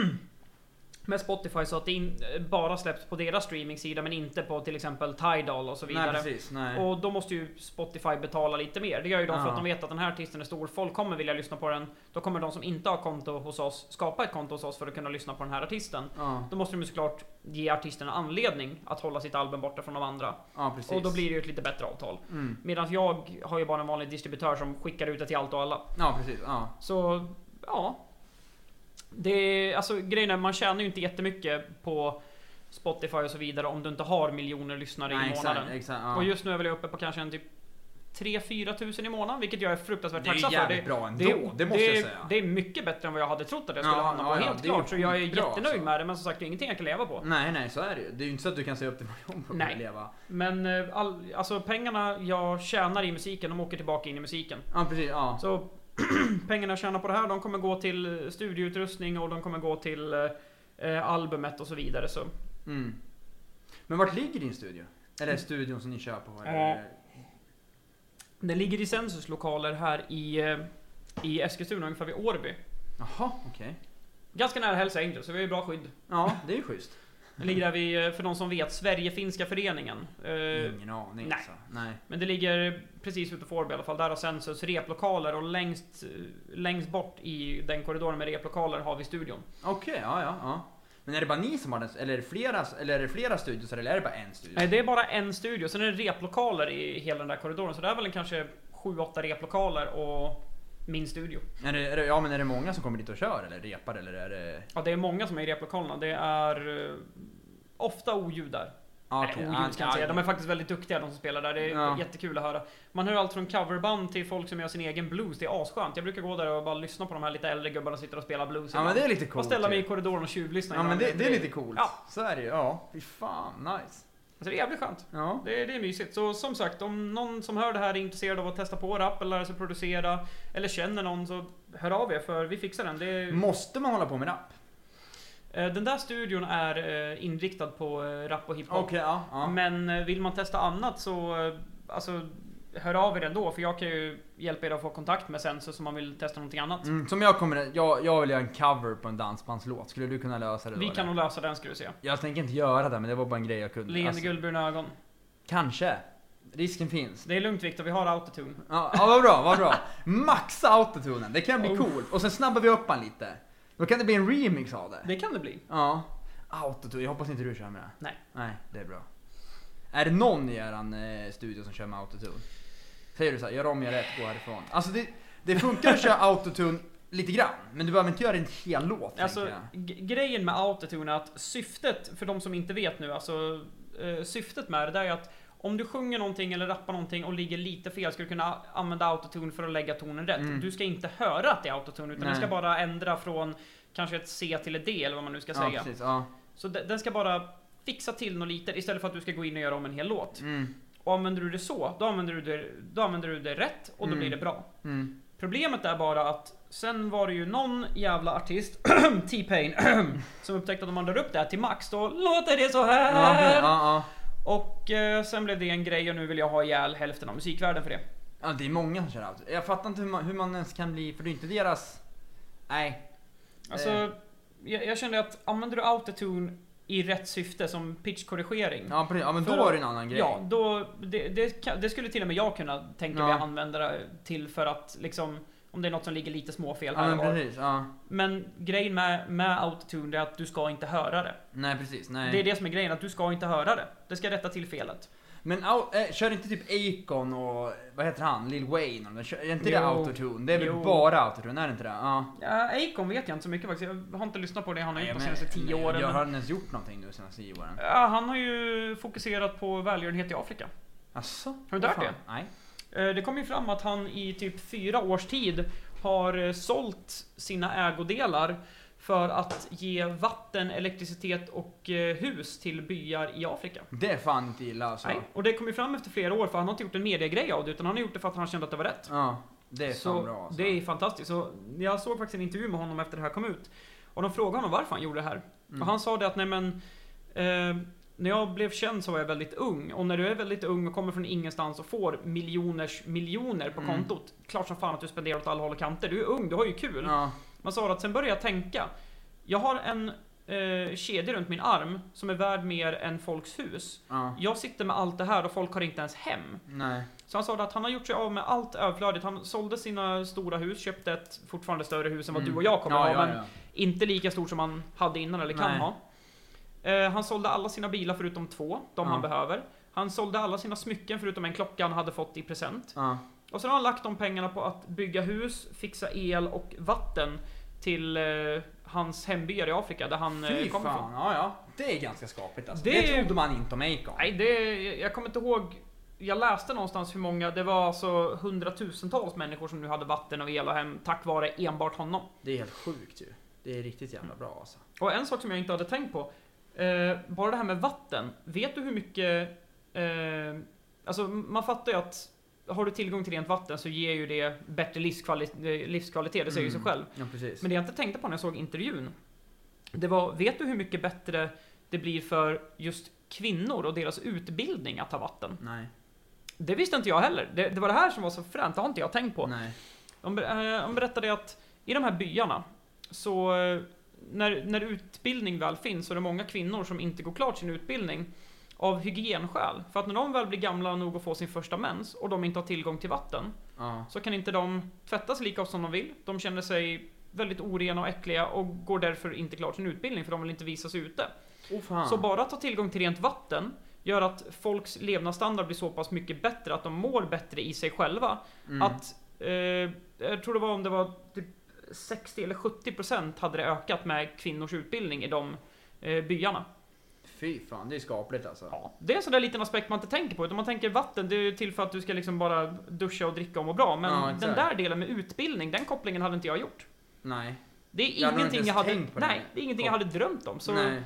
med Spotify, så att det in, bara släpps på deras streamingsida men inte på till exempel Tidal och så vidare. Nej, precis. Nej. Och då måste ju Spotify betala lite mer. Det gör ju de för Ja. att de vet att den här artisten är stor. Folk kommer vilja lyssna på den. Då kommer de som inte har konto hos oss skapa ett konto hos oss för att kunna lyssna på den här artisten. Ja, Då måste de ju såklart ge artisten en anledning att hålla sitt album borta från de andra. ja, precis. Och då blir det ju ett lite bättre avtal. Mm. Medan jag har ju bara en vanlig distributör som skickar ut det till allt och alla. Ja, precis. Ja. Så, ja. Det är, alltså grejen är, man tjänar ju inte jättemycket på Spotify och så vidare om du inte har miljoner lyssnare Nej, i månaden. exakt, exakt, ja. Och just nu är väl jag uppe på kanske en typ tre fyra tusen i månaden, vilket jag är fruktansvärt Det är ju tacksam för. jävligt bra ändå, det, det måste det, jag säga. Det är mycket bättre än vad jag hade trott att jag skulle Ja, hamna på, ja, ja, helt det är ju klart. Så jag är skitbra, jättenöjd alltså. med det, men som sagt, det är ingenting jag kan leva på. Nej, nej, så är det ju. Det är ju inte så att du kan säga upp det varje gång på att Nej. leva. Men eh, all, alltså pengarna jag tjänar i musiken, de åker tillbaka in i musiken. Ja, precis. Ja. Så pengarna jag tjänar på det här, de kommer gå till studioutrustning och de kommer gå till eh, albumet och så vidare. Så. Mm. Men vart ligger din studio? Eller studion som ni kör på? Eller? Eh. Det ligger i Sensus lokaler här i, eh, i Eskilstuna, ungefär vid Årby. Jaha, okej. Ganska nära Hells Angels, så vi har ju bra skydd. Ja, det är ju schysst. Det ligger där vid, för de som vet, Sverige-finska föreningen. Ingen aning. Nej. Så. Nej. Men det ligger precis utanför Årby i alla fall. Där har Sensus replokaler och längst, längst bort i den korridoren med replokaler har vi studion. Okej, okay, ja, ja, ja. Men är det bara ni som har den, eller är det flera, eller är det flera studios, eller är det bara en studio? Nej, det är bara en studio. Sen är det replokaler i hela den där korridoren. Så det är väl en kanske sju åtta replokaler och min studio. Är det, är det, ja, men är det många som kommer dit och kör eller repar, eller är det... Ja, det är många som är i replokalerna. Det är uh, ofta oljud där. Okay, Nej, oljud ska jag säga. De är faktiskt väldigt duktiga, de som spelar där. Det är ja. jättekul att höra. Man hör allt från coverband till folk som gör sin egen blues. Det är asskönt. Jag brukar gå där och bara lyssna på de här lite äldre gubbarna som sitter och spelar blues. Ja, men det är lite coolt. Och ställa mig i korridoren och tjuvlyssna. Ja, men det, det är lite coolt. Ja. Så är det ju. Ja, fy fan, nice. Alltså det är jävligt skönt. Ja. Det, det är mysigt. Så som sagt, om någon som hör det här är intresserad av att testa på rap eller lära sig producera eller känner någon, så hör av er, för vi fixar den. Det är... Måste man hålla på med rap? Den där studion är inriktad på rap och hiphop. Okay, ja, ja. Men vill man testa annat så alltså, hör av er ändå, för jag kan ju hjälpa er att få kontakt med Sensus om man vill testa någonting annat. Mm, som jag kommer, jag, jag vill göra en cover på en dansbandslåt. Skulle du kunna lösa det då? Vi kan nog lösa den, ska du se. Jag tänker inte göra det, men det var bara en grej jag kunde. Leende alltså, guldbruna ögon. Kanske. Risken finns. Det är lugnt, Victor, vi har autotune. Ja, ja, vad bra, vad bra. Maxa autotunen, det kan bli oh. coolt. Och sen snabbar vi upp han lite. Då kan det bli en remix av det. Det kan det bli. Ja. Autotune, jag hoppas inte du kör med det. Nej. Nej, det är bra. Är det någon i eran eh, studio som kör med autotune? Säger du så här, gör om, jag rätt, gå härifrån. Alltså det, det funkar att köra autotune lite grann, men du behöver inte göra en hel låt. Alltså grejen med autotune är att syftet, för de som inte vet nu, alltså eh, syftet med det där är att om du sjunger någonting eller rappar någonting och ligger lite fel, ska du kunna använda autotune för att lägga tonen rätt. Mm. Du ska inte höra att det är autotune, utan Nej. den ska bara ändra från kanske ett C till ett D, eller vad man nu ska ja, säga. Precis, ja. Så den ska bara fixa till något lite istället för att du ska gå in och göra om en hel låt. Mm. Och använder du det så, då använder du det, då använder du det rätt och då Mm. blir det bra. Mm. Problemet är bara att sen var det ju någon jävla artist, T-Pain, som upptäckte att om man drar upp det här till max, då låter det så här. Ja, ja, ja. Och eh, sen blev det en grej och nu vill jag ha ihjäl hälften av musikvärlden för det. Ja, det är många som kör allt. Jag fattar inte hur man, hur man ens kan bli, för det är inte deras... Nej. Alltså, eh. jag, jag kände att använder du autotune i rätt syfte som pitchkorrigering. Ja, precis. Ja, men då är det en annan grej. Ja, då, det, det, det skulle till och med jag kunna tänka mig ja. att använda det till, för att liksom, om det är något som ligger lite småfel ja, här men, precis, ja. men grejen med, med autotune är att du ska inte höra det. Nej, precis. Nej. Det är det som är grejen, att du ska inte höra det. Det ska rätta till felet. Men äh, kör inte typ Akon och vad heter han? Lil Wayne? Kör, är inte jo. det autotune? Det är väl jo. bara autotune, är det inte det? Ja. Ja, Akon vet jag inte så mycket faktiskt. Jag har inte lyssnat på det han har gjort Nej, de men, senaste tio åren. Jag har han ens gjort någonting nu de senaste tio åren? Ja, han har ju fokuserat på välgörenhet i Afrika. Asså? Har du hört det? Nej. Det kom ju fram att han i typ fyra års tid har sålt sina ägodelar för att ge vatten, elektricitet och hus till byar i Afrika. Det är fan inte illa alltså. Nej, och det kom ju fram efter flera år, för han har inte gjort en mediegrej av det, utan han har gjort det för att han kände att det var rätt. Ja, det är så fan bra alltså. Det är fantastiskt. Så jag såg faktiskt en intervju med honom efter det här kom ut. Och de frågade honom varför han gjorde det här. Mm. Och han sa det att nej men eh, när jag blev känd så var jag väldigt ung. Och när du är väldigt ung och kommer från ingenstans och får miljoners miljoner på mm. kontot, klart som fan att du spenderar åt alla håll och kanter. Du är ung, du har ju kul. Ja. Man sa att sen började jag tänka. Jag har en eh, kedja runt min arm som är värd mer än folks hus. Ja. Jag sitter med allt det här och folk har inte ens hem. Nej. Så han sa att han har gjort sig av med allt överflödigt. Han sålde sina stora hus, köpte ett fortfarande större hus än vad mm. du och jag kommer ja, ha, ja, men ja. inte lika stort som han hade innan eller kan Nej. ha. Eh, han sålde alla sina bilar förutom två, de ja. han behöver. Han sålde alla sina smycken förutom en klocka han hade fått i present. Ja. Och sen har han lagt de pengarna på att bygga hus, fixa el och vatten till eh, hans hembyar i Afrika där han eh, Fy kommer fan, ifrån. ja, ja. Det är ganska skapligt alltså. Det, det trodde man inte om Akon. Nej, det, jag kommer inte ihåg. Jag läste någonstans hur många, det var alltså hundratusentals människor som nu hade vatten och el och hem tack vare enbart honom. Det är helt sjukt ju. Det är riktigt jävla bra alltså. Och en sak som jag inte hade tänkt på, eh, bara det här med vatten. Vet du hur mycket, eh, alltså man fattar ju att har du tillgång till rent vatten så ger ju det bättre livskvalitet, livskvalitet det säger ju mm. sig själv. Ja, precis. Men det jag inte tänkte på när jag såg intervjun, det var, vet du hur mycket bättre det blir för just kvinnor och deras utbildning att ta vatten? Nej. Det visste inte jag heller. Det, det var det här som var så fränt, det har inte jag tänkt på. Nej. De, de berättade att i de här byarna så när, när utbildning väl finns så är det många kvinnor som inte går klart sin utbildning av hygienskäl. För att när de väl blir gamla nog att få sin första mens och de inte har tillgång till vatten, Ja. så kan inte de tvättas lika som de vill. De känner sig väldigt orena och äckliga och går därför inte klart sin utbildning för de vill inte visa sig ute. Oh, fan. Så bara att ha tillgång till rent vatten gör att folks levnadsstandard blir så pass mycket bättre att de mår bättre i sig själva. Mm. Att, eh, jag tror det var om det var typ sextio eller sjuttio procent hade det ökat med kvinnors utbildning i de eh, byarna. Fy fan, det är skapligt alltså. Ja, det är en sån där liten aspekt man inte tänker på. Utan man tänker vatten, det är till för att du ska liksom bara duscha och dricka och må bra. Men Ja, den exakt. där delen med utbildning, den kopplingen hade inte jag gjort. Nej. Det är Jag hade nog ingenting inte jag ens hade, tänkt på det. nej, det är ingenting jag hade drömt om. Så Nej.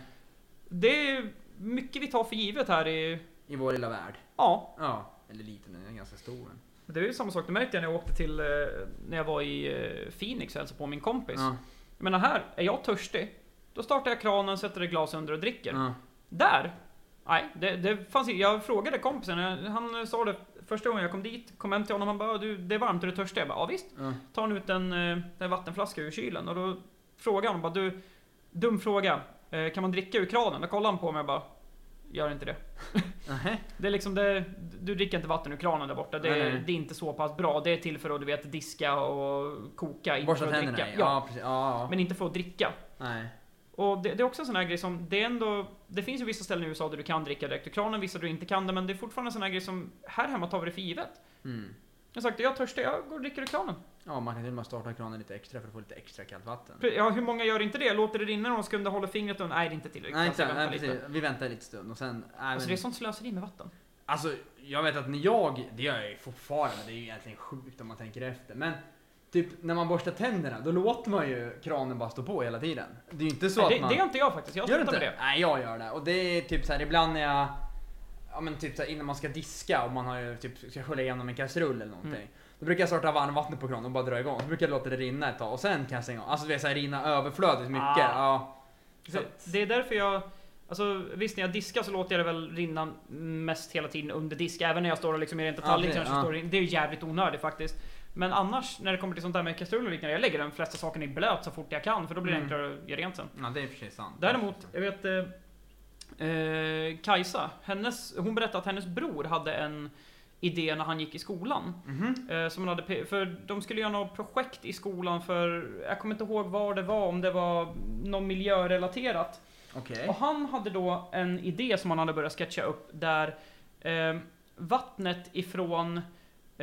det är mycket vi tar för givet här i, I vår lilla värld. ja. Ja. Eller liten, den är ganska stor. Det är ju samma sak, det märkte jag när jag åkte till, eh, när jag var i eh, Phoenix och hälsade på min kompis. Ja. Men här, är jag törstig, då startar jag kranen, sätter ett glas under och dricker. Ja. Där, nej, det, det fanns inte. Jag frågade kompisen, han sa det första gången jag kom dit, kom hem till honom, han bara, du, det är varmt, är du törstig? Jag bara, ja visst. Ja. Tar han ut en, eh, en vattenflaska ur kylen och då frågar han bara, du, dum fråga, eh, kan man dricka ur kranen? Då kollar han på mig och bara, gör inte det. Nähä. Det är liksom det, du dricker inte vatten ur kranen där borta. Det, Nej, nej. det är inte så pass bra. Det är till för att du vet diska och koka, inte Borsta för att tänderna. dricka. Ja, Ja, ja, precis. Ja, ja. men inte för att dricka. Nej. Och det, det är också en sån här grej som, det är ändå, det finns ju vissa ställen i U S A där du kan dricka direkt ur kranen, vissa där du inte kan det, men det är fortfarande en sån här grej som, här hemma tar vi det för givet. Mm. Jag har sagt, jag är törstig, jag går och dricker ur kranen. Ja, man kan till och med starta kranen lite extra för att få lite extra kallt vatten. Ja, hur många gör inte det? Låter det rinna någon sekund och håller fingret under? Nej, det är inte tillräckligt. Nej, Alltså, inte, jag nej väntar precis. lite. Vi väntar lite stund och sen... Nej, Alltså men, det är sånt slöseri med vatten. alltså, jag vet att när jag... Det gör jag ju fortfarande, det är ju egentligen sjukt om man tänker efter. Men typ när man borstar tänderna, då låter man ju kranen bara stå på hela tiden. Det är ju inte så Nej, att det, man... det gör inte jag faktiskt, jag Gör du slutar inte? med det. Nej, jag gör det. Och det är typ så här ibland när jag... Ja men typ så här, innan man ska diska och man har ju typ ska skölja igenom en kastrull eller någonting. Mm. Då brukar jag starta varmvattnet på kranen och bara dra igång. Så brukar jag låta det rinna ett tag och sen kan jag stänga av. Alltså det är så här, rinna överflödigt mycket. Ah. Ja. Så Så att- det är därför jag, alltså visst när jag diskar så låter jag det väl rinna mest hela tiden under disk. Även när jag står och liksom i rent Ja, tallrik det- så ja. står det, det är ju jävligt onödigt faktiskt. Men annars när det kommer till sånt där med kastrull och liknande, jag lägger de flesta sakerna i blöt så fort jag kan för då blir det Mm. enklare att göra rent sen. Ja, det är i och för sig sant. Däremot, jag vet eh, eh, Kajsa, hennes, hon berättade att hennes bror hade en idé när han gick i skolan. Mhm. Eh, som han hade, pe- för de skulle göra något projekt i skolan för, jag kommer inte ihåg vad det var, om det var något miljörelaterat. Okej. Och han hade då en idé som han hade börjat sketcha upp där eh, vattnet ifrån, eh,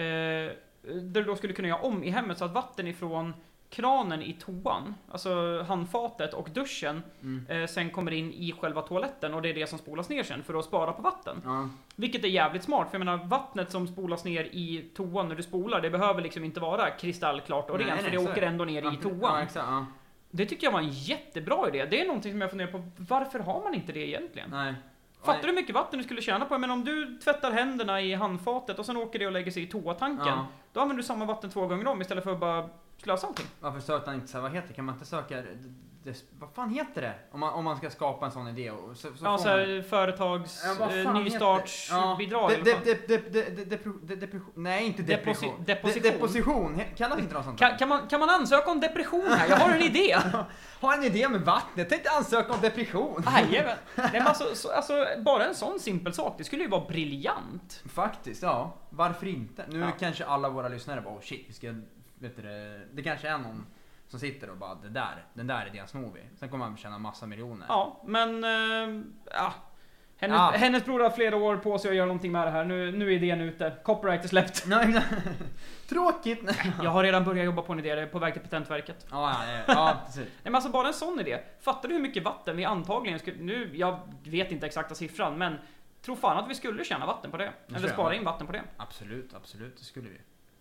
där du då skulle kunna göra om i hemmet så att vatten ifrån kranen i toan, alltså handfatet och duschen, Mm. eh, sen kommer in i själva toaletten och det är det som spolas ner sen för att spara på vatten. Ja. Vilket är jävligt smart, för jag menar vattnet som spolas ner i toan när du spolar, det behöver liksom inte vara kristallklart och Nej, rent, nej, för det så är åker det. ändå ner Ja, i Ja, toan. exakt. Ja. Det tycker jag var en jättebra idé. Det är någonting som jag funderar på, varför har man inte det egentligen? Nej. Fattar du hur mycket vatten du skulle tjäna på det? Men om du tvättar händerna i handfatet och sen åker det och lägger sig i toatanken, Ja. då använder du samma vatten två gånger om istället för att bara slösa allting. Varför söker man inte så här, vad heter det? Kan man inte söka... Det, det, vad fan heter det? Om man, om man ska skapa en sån idé. Och så, så Ja, får så här, företags Ja, vad eh, fan nystartsbidrag. heter det? eller Ja, vad fan. de- de- de- de- de- de- de- depression. Nej, inte Deposi- depression. deposition. De- Deposition. He- Kallas inte något sånt Kan, där? kan, man, kan man ansöka om depression här? Jag har en idé! Har en idé med vattnet. Jag tänkte ansöka om depression. Jajamän. Nej, men alltså, så, alltså, bara en sån simpel sak, det skulle ju vara briljant. Faktiskt, ja. Varför inte? Nu Ja. kanske alla våra lyssnare bara, oh shit, vi ska... Vet du, det, det kanske är någon som sitter och bara, det där, den där idén snor vi. Sen kommer man tjäna massa miljoner. Ja, men... Eh, ja. Hennes, Ja. hennes bror har flera år på sig att göra någonting med det här. Nu, nu är idén ute. Copyright är släppt. Nej, nej. Tråkigt. Jag har redan börjat jobba på en idé, det är på väg till Patentverket. Ja, ja, ja, precis. Nej, men alltså bara en sån idé. Fattar du hur mycket vatten vi antagligen skulle... Nu, jag vet inte exakta siffran, men tror fan att vi skulle tjäna vatten på det. tror Eller jag spara med. in vatten på det. Absolut, absolut, det skulle vi.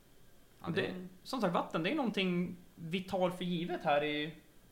Ja, det som sagt, vatten, det är någonting vi tar för givet här i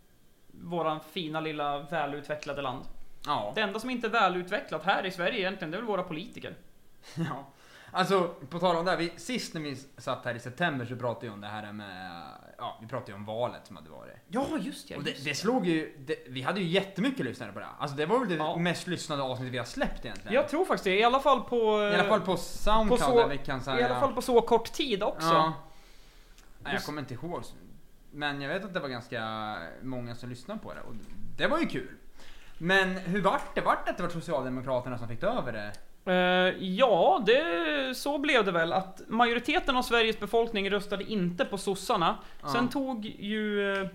våran fina lilla välutvecklade land. ja. Det enda som inte är välutvecklat här i Sverige egentligen, det är väl våra politiker. Ja. Alltså, på tal om det här, vi, sist när vi satt här i september så pratade vi om det här med, ja, vi pratade ju om valet som hade varit. Ja, just ja. Och det, just det slog ju, det, vi hade ju jättemycket lyssnare på det. Alltså det var väl det Ja. mest lyssnade avsnitt vi har släppt egentligen. Jag tror faktiskt det, i alla fall på... I alla fall på Soundcloud på så- där vi kan säga. I alla fall på så kort tid också. Ja. Nej, jag kommer inte ihåg. Men jag vet att det var ganska många som lyssnade på det. Och det var ju kul. Men hur vart det? Vart det att det var Socialdemokraterna som fick ta över det? Uh, ja, det, så blev det väl. Att majoriteten av Sveriges befolkning röstade inte på sossarna. Ja. Sen tog ju... Uh,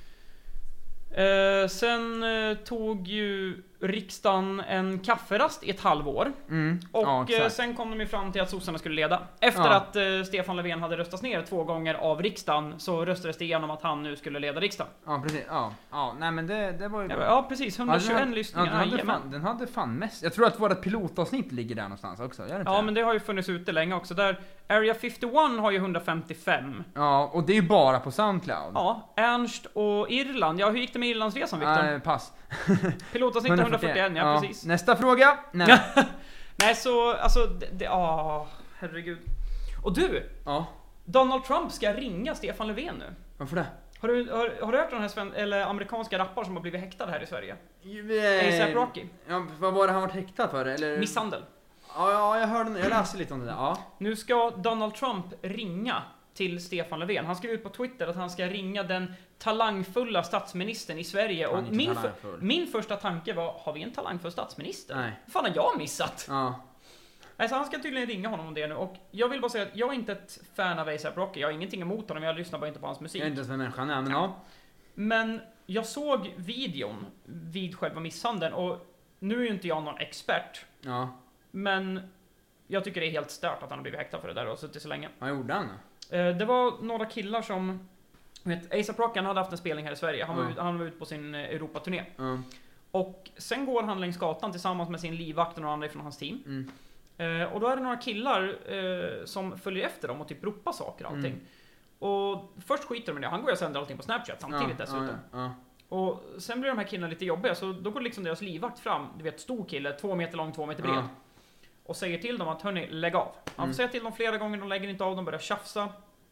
uh, sen uh, tog ju riksdagen en kafferast i ett halvår. Mm. Och ja, uh, sen kom de ju fram till att sossarna skulle leda. Efter ja. att uh, Stefan Löfven hade röstats ner två gånger av riksdagen, så röstades det igenom att han nu skulle leda riksdagen. Ja, precis. Ja, ja. Nej, men det, det var ju bra. Ja, precis. hundratjugoett ja, den, lyssningar. Ja, den, hade fan, den hade fan mest. Jag tror att vårt pilotavsnitt ligger där någonstans också. Gör det inte Ja, det? men det har ju funnits ute länge också. Där Area femtioett har ju hundrafemtiofem. Ja, och det är ju bara på Soundcloud. Ja, Ernst och Irland. Ja, hur gick det med Irlandsresan, Victor? Nej, pass. Pilotavsnitt hundrafyrtioett, ja, ja, precis. Nästa fråga. Nej. Nej, så, alltså, det, det, ah, herregud. Och du, Ja. Donald Trump ska ringa Stefan Löfven nu. Varför det? Har du, har, har du hört den här sven, eller amerikanska rappare som har blivit häktade här i Sverige? Eh, A$AP Rocky. Ja, vad var det han var häktad för? Eller? Misshandel. Ja, ja, jag hörde, jag läste lite om det där. Ja. Nu ska Donald Trump ringa till Stefan Löfven. Han skrev ut på Twitter att han ska ringa den talangfulla statsministern i Sverige. Han är Och inte min, för, talangfull. min första tanke var, har vi en talangfull statsminister? Nej. Vad fan har jag missat? Ja. Alltså han ska tydligen ringa honom om det nu. Och jag vill bara säga att jag är inte ett fan av A$AP Rocky. Jag har ingenting emot honom, jag lyssnar bara inte på hans musik. Jag är inte ens en människa, nej, men ja. Men jag såg videon vid själva misshandeln. Och nu är ju inte jag någon expert. Ja. Men jag tycker det är helt stört att han har blivit häktad för det där och suttit så länge. Vad gjorde han då? Eh, Det var några killar som... Vet, A$AP Rocky, han hade haft en spelning här i Sverige. Han var, Ja. ut, han var ute på sin eh, Europaturné. Ja. Och sen går han längs gatan tillsammans med sin livvakt och några andra från hans team. Mm. Eh, och då är det några killar eh, som följer efter dem och typ ropar saker och allting. Mm. Och först skiter de med det. Han går och sänder allting på Snapchat samtidigt ja, dessutom. Ja, ja. Och sen blir de här killarna lite jobbiga, så då går liksom deras livvakt fram. Du vet, stor kille, två meter lång, två meter bred. Ja. Och säger till dem att hörni, lägg av. Han får Mm. säga till dem flera gånger, de lägger inte av, de börjar tjafsa.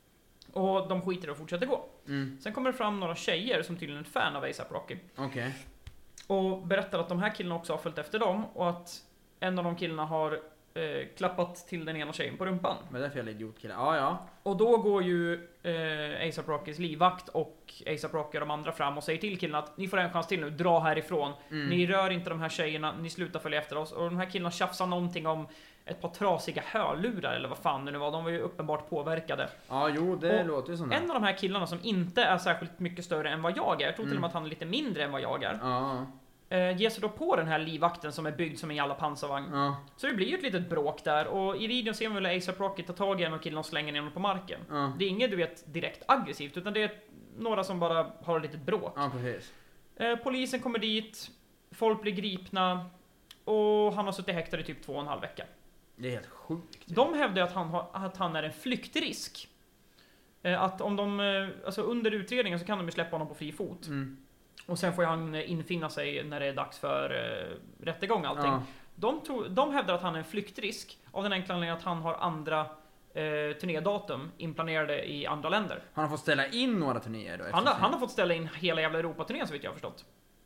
Och de skiter och fortsätter gå. Mm. Sen kommer det fram några tjejer som tydligen är ett fan av A$AP Rocky. Okej. Och berättar att de här killarna också har följt efter dem. Och att en av de killarna har eh, klappat till den ena tjejen på rumpan. Vad är det för jävla idiotkille? Ja, ja. Och då går ju eh, A$AP Rockys livvakt och A$AP Rocky och de andra fram och säger till killarna att ni får en chans till nu, dra härifrån. Mm. Ni rör inte de här tjejerna, ni slutar följa efter oss. Och de här killarna tjafsar någonting om ett par trasiga hörlurar eller vad fan det nu var. De var ju uppenbart påverkade. Ja, jo, det Och låter ju som det. En av de här killarna som inte är särskilt mycket större än vad jag är, jag tror till och Mm. med att han är lite mindre än vad jag är, Ja, eh, ger sig då på den här livvakten som är byggd som en jävla pansarvagn. ja, Så det blir ju ett litet bråk där, och i videon ser man väl A$AP Rocky ta tag i en av killarna och slänga ner honom på marken. ja. Det är inget, du vet, direkt aggressivt, utan det är några som bara har ett litet bråk. Ja, precis. Eh, polisen kommer dit, folk blir gripna, och han har suttit häktad i typ två och en halv vecka. Det är helt sjukt. De hävdar att han, har, att han är en flyktrisk. Eh, att om de, eh, alltså under utredningen så kan de ju släppa honom på fri fot. Mm. Och sen får han eh, infinna sig när det är dags för eh, rättegång och allting. Ja. De, tro, de hävdar att han är en flyktrisk av den enkla anledningen att han har andra eh, turnédatum inplanerade i andra länder. Han har fått ställa in några turnéer då? efter Han har, sin- han har fått ställa in hela jävla Europaturnén så vitt jag har förstått.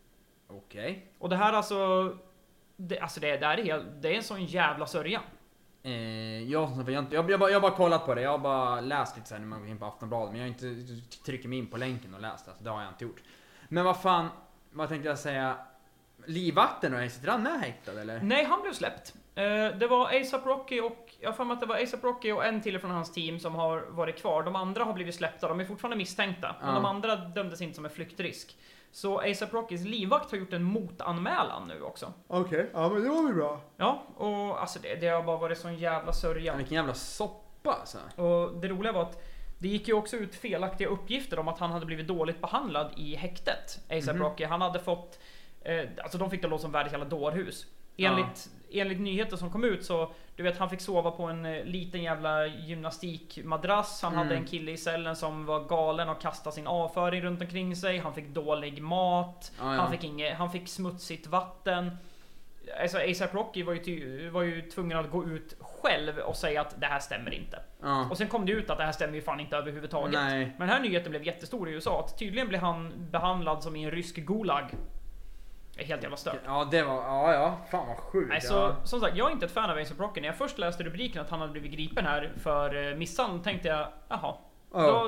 Okej. Och det här alltså... Det, alltså det, det, är helt, det är en sån jävla sörja. Eh, jag, som sagt, jag, har inte- jag, jag, bara- jag har bara kollat på det, jag har bara läst lite sen när man går in på Aftonbladet, men jag har inte tryckt mig in på länken och läst det, alltså, det har jag inte gjort. Men vad fan, vad tänkte jag säga? Livvakten då, sitter han med häktad eller? Nej, han blev släppt. Eh, det var A$AP Rocky och... Jag har för mig att det var A$AP Rocky och en till från hans team som har varit kvar. De andra har blivit släppta, de är fortfarande misstänkta. Men Ja. de andra dömdes inte som en flyktrisk. Så A$AP Rockys livvakt har gjort en motanmälan nu också. Okej, ja men det var väl bra. Ja, och alltså det, det har bara varit sån jävla sörja. Vilken jävla soppa alltså. Och det roliga var att det gick ju också ut felaktiga uppgifter om att han hade blivit dåligt behandlad i häktet. A$AP Mhm. Rocky, han hade fått... Eh, alltså de fick det låta som världens jävla dårhus. Enligt, enligt nyheter som kom ut så, du vet, han fick sova på en eh, liten jävla gymnastikmadrass. Han Mm. hade en kille i cellen som var galen och kastade sin avföring runt omkring sig. Han fick dålig mat. Ja, ja. Han, fick inge, han fick smutsigt vatten. Alltså A$AP Rocky var ju, ty, var ju tvungen att gå ut själv och säga att det här stämmer inte. Ja. Och sen kom det ut att det här stämmer ju fan inte överhuvudtaget. Nej. Men den här nyheten blev jättestor i U S A. Att tydligen blev han behandlad som i en rysk gulag. Det är helt jävla stört. Ja det var, ja ja, fan vad sjukt. Nej, så, ja. som sagt, jag är inte ett fan av A$AP Rocky. När jag först läste rubriken att han hade blivit gripen här för eh, misshandel tänkte jag, jaha. Ja. Då, då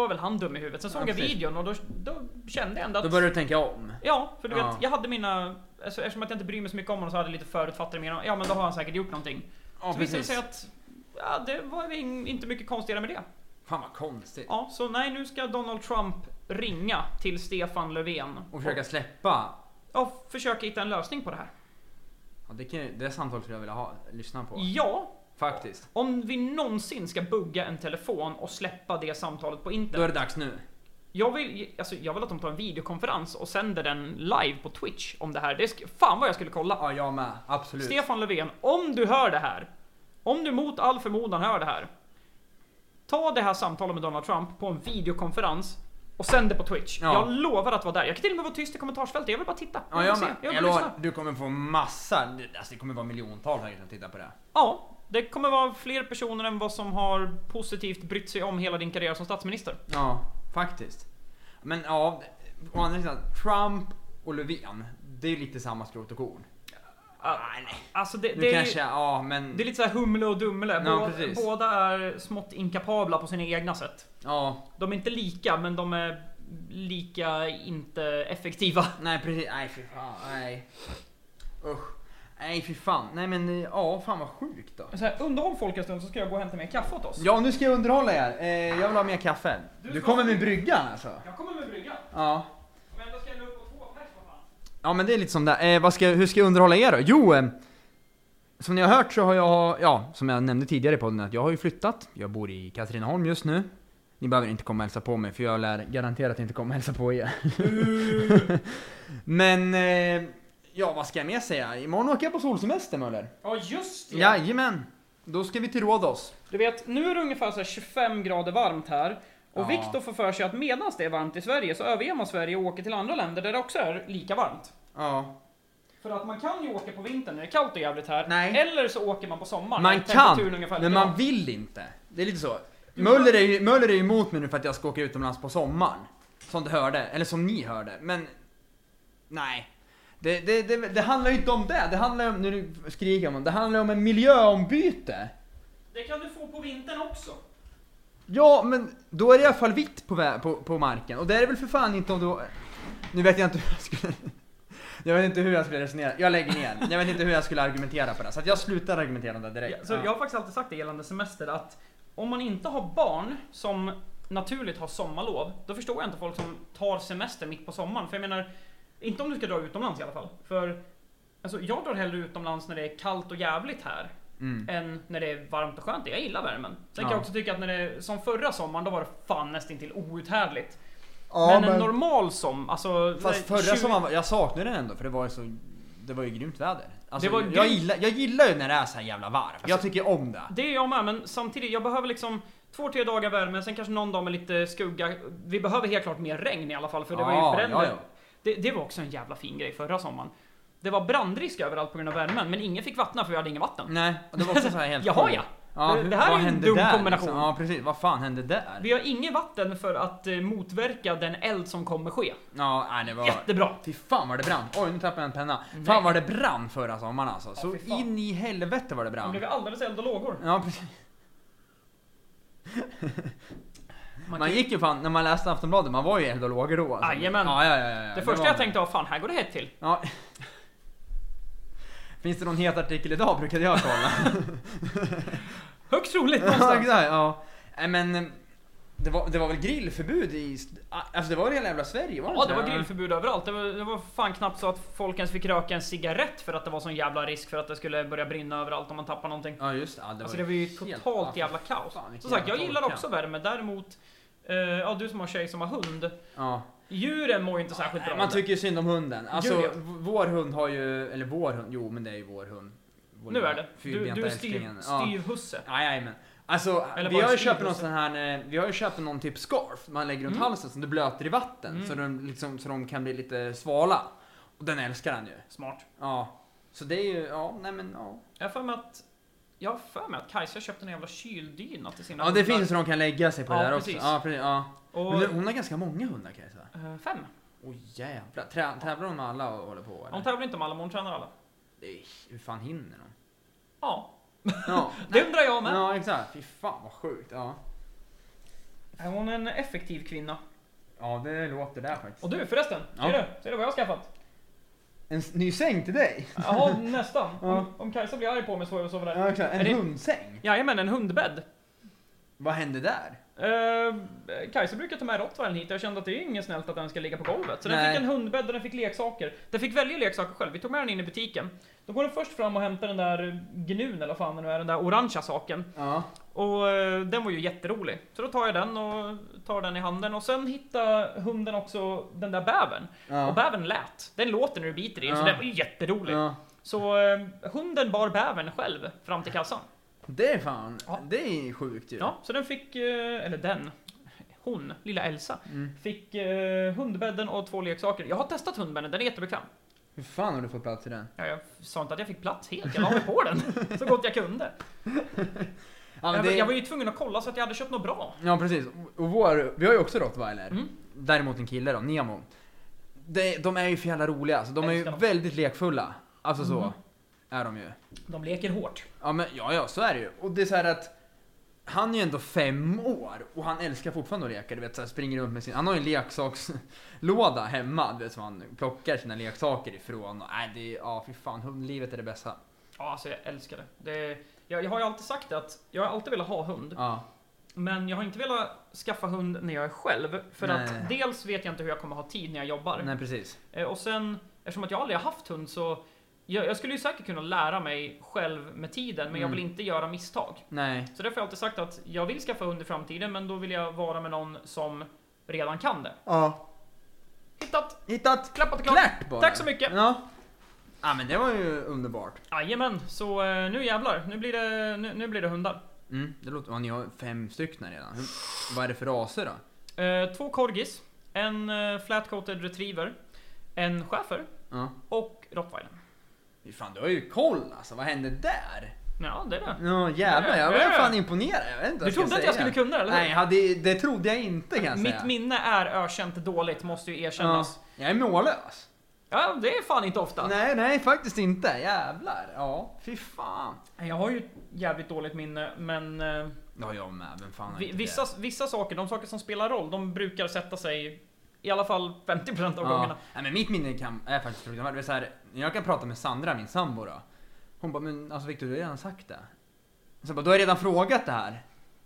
var väl han dum i huvudet. Sen såg Ja, jag precis. videon och då, då kände jag ändå att... Då började du tänka om. Ja, för du Ja. vet, jag hade mina... Alltså, eftersom att jag inte bryr mig så mycket om honom så hade jag lite förutfattade meningar. Ja, men då har han säkert gjort någonting. Ja, Så visade det precis. sig att... Ja, det var in, inte mycket konstigare med det. Fan vad konstigt. Ja, så nej, nu ska Donald Trump ringa till Stefan Löfven. Och försöka släppa. Och försöka hitta en lösning på det här. Ja, det, kan, det är samtalet skulle jag vilja ha, lyssna på. Ja, Faktiskt. om vi någonsin ska bugga en telefon och släppa det samtalet på Då internet. är det dags nu. Jag vill, alltså, jag vill att de tar en videokonferens och sänder den live på Twitch om det här. Det sk- fan vad jag skulle kolla. Ja, jag med. Absolut. Stefan Löfven, om du hör det här. Om du mot all förmodan hör det här. Ta det här samtalet med Donald Trump på en videokonferens och sänd det på Twitch. Ja. Jag lovar att vara där. Jag kan till och med vara tyst i kommentarsfältet. Jag vill bara titta. Ja, vill jag se. med. Jag vill Jag lyssna. lovar, du kommer få massa, alltså det kommer vara miljontals säkert som tittar på det. Ja, det kommer vara fler personer än vad som har positivt brytt sig om hela din karriär som statsminister. Ja, faktiskt. Men ja, å andra sidan, Trump och Löfven, det är ju lite samma skrot och korn. Ah, alltså det, Nu det, kanske, är, ja men... det är lite så här Humle och Dumle. Ja, Båda, precis. båda är smått inkapabla på sina egna sätt. Ja, De är inte lika, men de är lika inte effektiva. nej precis, nej fy fan, nej. Usch. Nej fy fan, nej men ja, fan vad sjukt då. Så här, underhåll folk en stund så ska jag gå och hämta mer kaffe åt oss. Ja, nu ska jag underhålla er. Eh, jag vill ha mer kaffe. Du Du ska kommer ha- med bryggan alltså? Jag kommer med brygga. Ja. Men då ska jag upp på två pers, vad fan. Ja men det är lite som det. Eh, vad ska, hur ska jag underhålla er då? Jo, eh, som ni har hört så har jag, ja, som jag nämnde tidigare på den att jag har ju flyttat. Jag bor i Katrineholm just nu. Ni behöver inte komma och hälsa på mig för jag lär garanterat inte komma och hälsa på er. Men, eh, ja vad ska jag mer säga? Imorgon åker jag på solsemester Möller. Ja, just det. Jajamän. Då ska vi till Rhodos. Du vet, nu är det ungefär så här tjugofem grader varmt här. Och Ja. Viktor får för sig att medan det är varmt i Sverige så överger man Sverige och åker till andra länder där det också är lika varmt. Ja. För att man kan ju åka på vintern när det är kallt och jävligt här. Nej. Eller så åker man på sommaren. Man när temperaturen kan, ungefär men lika man vill inte. Det är lite så. Möller är ju, Möller är ju emot mig nu för att jag ska åka utomlands på sommaren. Som du hörde, eller som ni hörde. Men, nej. Det, det, det, det handlar ju inte om det. Det handlar om, nu skriker man, det handlar om en miljöombyte. Det kan du få på vintern också. Ja, men då är det i alla fall vitt på, vä- på, på marken. Och det är det väl för fan inte om du... Nu vet jag inte hur jag skulle... Jag vet inte hur jag skulle resonera. Jag lägger ner. Jag vet inte hur jag skulle argumentera på det. Så att jag slutar argumentera om det direkt. Ja, så jag har faktiskt alltid sagt det gällande semester att om man inte har barn som naturligt har sommarlov, då förstår jag inte folk som tar semester mitt på sommaren. För jag menar, inte om du ska dra utomlands i alla fall. För alltså, jag drar hellre utomlands när det är kallt och jävligt här. Mm. Än när det är varmt och skönt. Jag gillar värmen. Sen kan Ja. jag också tycka att när det är, som förra sommaren, då var det fan nästan till outhärdligt. Ja, men en normal som, alltså... Fast när förra tjugo sommaren, var- jag saknade den ändå för det var ju så... Det var ju grymt väder. Alltså, Det var jag, grymt. gillar, jag gillar ju när det är så här jävla varmt. Jag tycker om det. Det är jag med, men samtidigt, jag behöver liksom två, tre dagar värme, sen kanske någon dag med lite skugga. Vi behöver helt klart mer regn i alla fall, för det var Ja, ju bränder. ja, ja. Det, det var också en jävla fin grej förra sommaren. Det var brandrisk överallt på grund av värmen, men ingen fick vattna för vi hade ingen vatten. Nej, och det var också så här helt Jaha sjukt. ja! Ja, Det- hur- det här vad är ju en hände dum där, kombination. Liksom? Ja, precis. Vad fan hände där? Vi har inget vatten för att eh, motverka den eld som kommer ske. Ja, nej, det var... Jättebra! Fy fan vad det brann. Oj, nu tappade jag en penna. Nej. Fan vad det brann förra sommaren alltså. Så fy fan. in i helvete vad det Det brann. blev alldeles eld och lågor. Ja, precis. Man Man kan- gick ju fan, när man läste Aftonbladet, man var ju eld och lågor då alltså. Jajamän. Ja, ja, ja, ja, ja. Det första var jag man. tänkte var, fan här går det hett till. Ja. Finns det någon het artikel idag brukade jag kolla. Högst troligt Ja, någonstans. exakt, ja. Nej men eh, det var, det var väl grillförbud i, alltså det var väl hela jävla Sverige var det Ja, inte det var grillförbud överallt. Det var, det var fan knappt så att folk ens fick röka en cigarett för att det var sån jävla risk för att det skulle börja brinna överallt om man tappar någonting. Ja just det, ja, det Alltså var det var ju helt- totalt ja, jävla för kaos. fan, vilken Som sagt, jag jävla gillar torka. också värme. Däremot, eh, ja du som har tjej som har hund. Ja. Djuren mår ju inte särskilt bra. Nej, man av det. tycker ju synd om hunden. Alltså Gud, ja. v- vår hund har ju, eller vår hund, jo men det är ju vår hund. Vår Nu lilla är det. Du, fyrbenta du är styv, älsklingen. Ja. styvhusse. Nej, men alltså Eller vi bara har ju styv köpt någon också. sån här, eh, vi har ju köpt någon typ scarf man lägger runt Mm. halsen som du blöter i vatten Mm. så de liksom så de kan bli lite svala. Och den älskar han ju. Smart. Ja. Så det är ju, ja, nej men ja. Jag har för mig att, jag har för mig att Kajsa köpte en jävla kyldyna till sina Ja, det hundar. finns så de kan lägga sig på Ja, det där precis. också. Ja, precis. Ja. Och, Men hon har ganska många hundar kan jag säga. eh, fem. Åh jävlar. Trä, tävlar hon med alla och håller på eller? Hon tävlar inte med alla, men hon tränar alla. Det är, hur fan hinner de? Ja, Ja. det undrar jag med. Ja, exakt. Fy fan vad sjukt. Ja. Är hon en effektiv kvinna? Ja, det låter där faktiskt. Och du förresten, Ja. ser du? Ser du vad jag har skaffat? En s- ny säng till dig? Jaha, nästan. Ja. Om, om Kajsa blir arg på mig så får jag sova där. Ja, klart. En Är det- hundsäng? Jajamän, en hundbädd. Vad hände där? Uh, Kajsa brukar ta med rottweilen hit och jag kände att det är inget snällt att den ska ligga på golvet. Så den Nej. fick en hundbädd och den fick leksaker. Den fick välja leksaker själv. Vi tog med den in i butiken. Då går den först fram och hämtar den där gnun eller vad fan det nu är, den där orangea saken. Ja. Och eh, den var ju jätterolig. Så då tar jag den och tar den i handen. Och sen hittar hunden också den där bävern. Ja. Och bävern lät. Den låter när du biter i den, så Ja. den var ju jätterolig. Ja. Så eh, hunden bar bävern själv fram till kassan. Det är fan, Ja. det är sjukt ju. Ja, så den fick, eh, eller den, hon, lilla Elsa, Mm. fick eh, hundbädden och två leksaker. Jag har testat hundbädden, den är jättebekväm. Hur fan har du fått plats i den? Ja, jag sa inte att jag fick plats helt, jag la mig på den så gott jag kunde. Ja, men jag, det... jag var ju tvungen att kolla så att jag hade köpt något bra. ja precis, och vår, vi har ju också rottweiler. Mm. Däremot en kille då, Nemo. De, de är ju för jävla roliga, alltså, de är ju Älskar dem. väldigt lekfulla. Alltså så Mm. är de ju. De leker hårt. Ja, men, ja, ja, så är det ju. Och det är så här att han är ju ändå fem år och han älskar fortfarande att leka. Du vet, så här, springer runt med sin... Han har ju en leksakslåda hemma, du vet, som han plockar sina leksaker ifrån. Och, nej, det är... Ja, fy fan, hundlivet är det bästa. Ja, alltså jag älskar det. det jag, jag har ju alltid sagt att jag har alltid velat ha hund. Ja. Men jag har inte velat skaffa hund när jag är själv. För Nej. att dels vet jag inte hur jag kommer ha tid när jag jobbar. Nej, precis. Eh, Och sen, eftersom att jag aldrig har haft hund så jag, jag skulle ju säkert kunna lära mig själv med tiden, men jag Mm. vill inte göra misstag. Nej. Så därför har jag alltid sagt att jag vill skaffa hund i framtiden, men då vill jag vara med någon som redan kan det. Ja. Hittat! Hittat! Klappat och klart! Klart bara. Tack så mycket! Ja. Ja, men det var ju underbart. Jajamän, så eh, nu jävlar, nu blir det, nu, nu blir det hundar. Mm, det låter... Ja, ni har fem stycken redan. Hur, vad är det för raser då? Eh, två corgis, en eh, flat-coated retriever, en schäfer Ja. och rottweiler. Fy fan, du har ju koll alltså. Vad hände där? Ja, det är det. Ja, jävlar. Jag var Ja. fan imponerad. Jag vet inte vad Du trodde ska att jag säga. skulle kunna det, eller hur? Nej, hade, det trodde jag inte kan jag säga. Mitt minne är ökänt dåligt, måste ju erkännas. Ja, jag är mållös. Ja, det är fan inte ofta. Nej, nej, faktiskt inte. Jävlar. Ja, fy fan. Jag har ju ett jävligt dåligt minne, men eh, Det har jag med. Vem fan har vi, inte vissa, det? vissa saker, de saker som spelar roll, de brukar sätta sig i alla fall femtio procent av Ja. gångerna. Nej, men mitt minne kan, är faktiskt fruktansvärt. Det är så här, när jag kan prata med Sandra, min sambo då. Hon bara, men alltså Victor, du har redan sagt det. Så jag bara, du har redan frågat det här.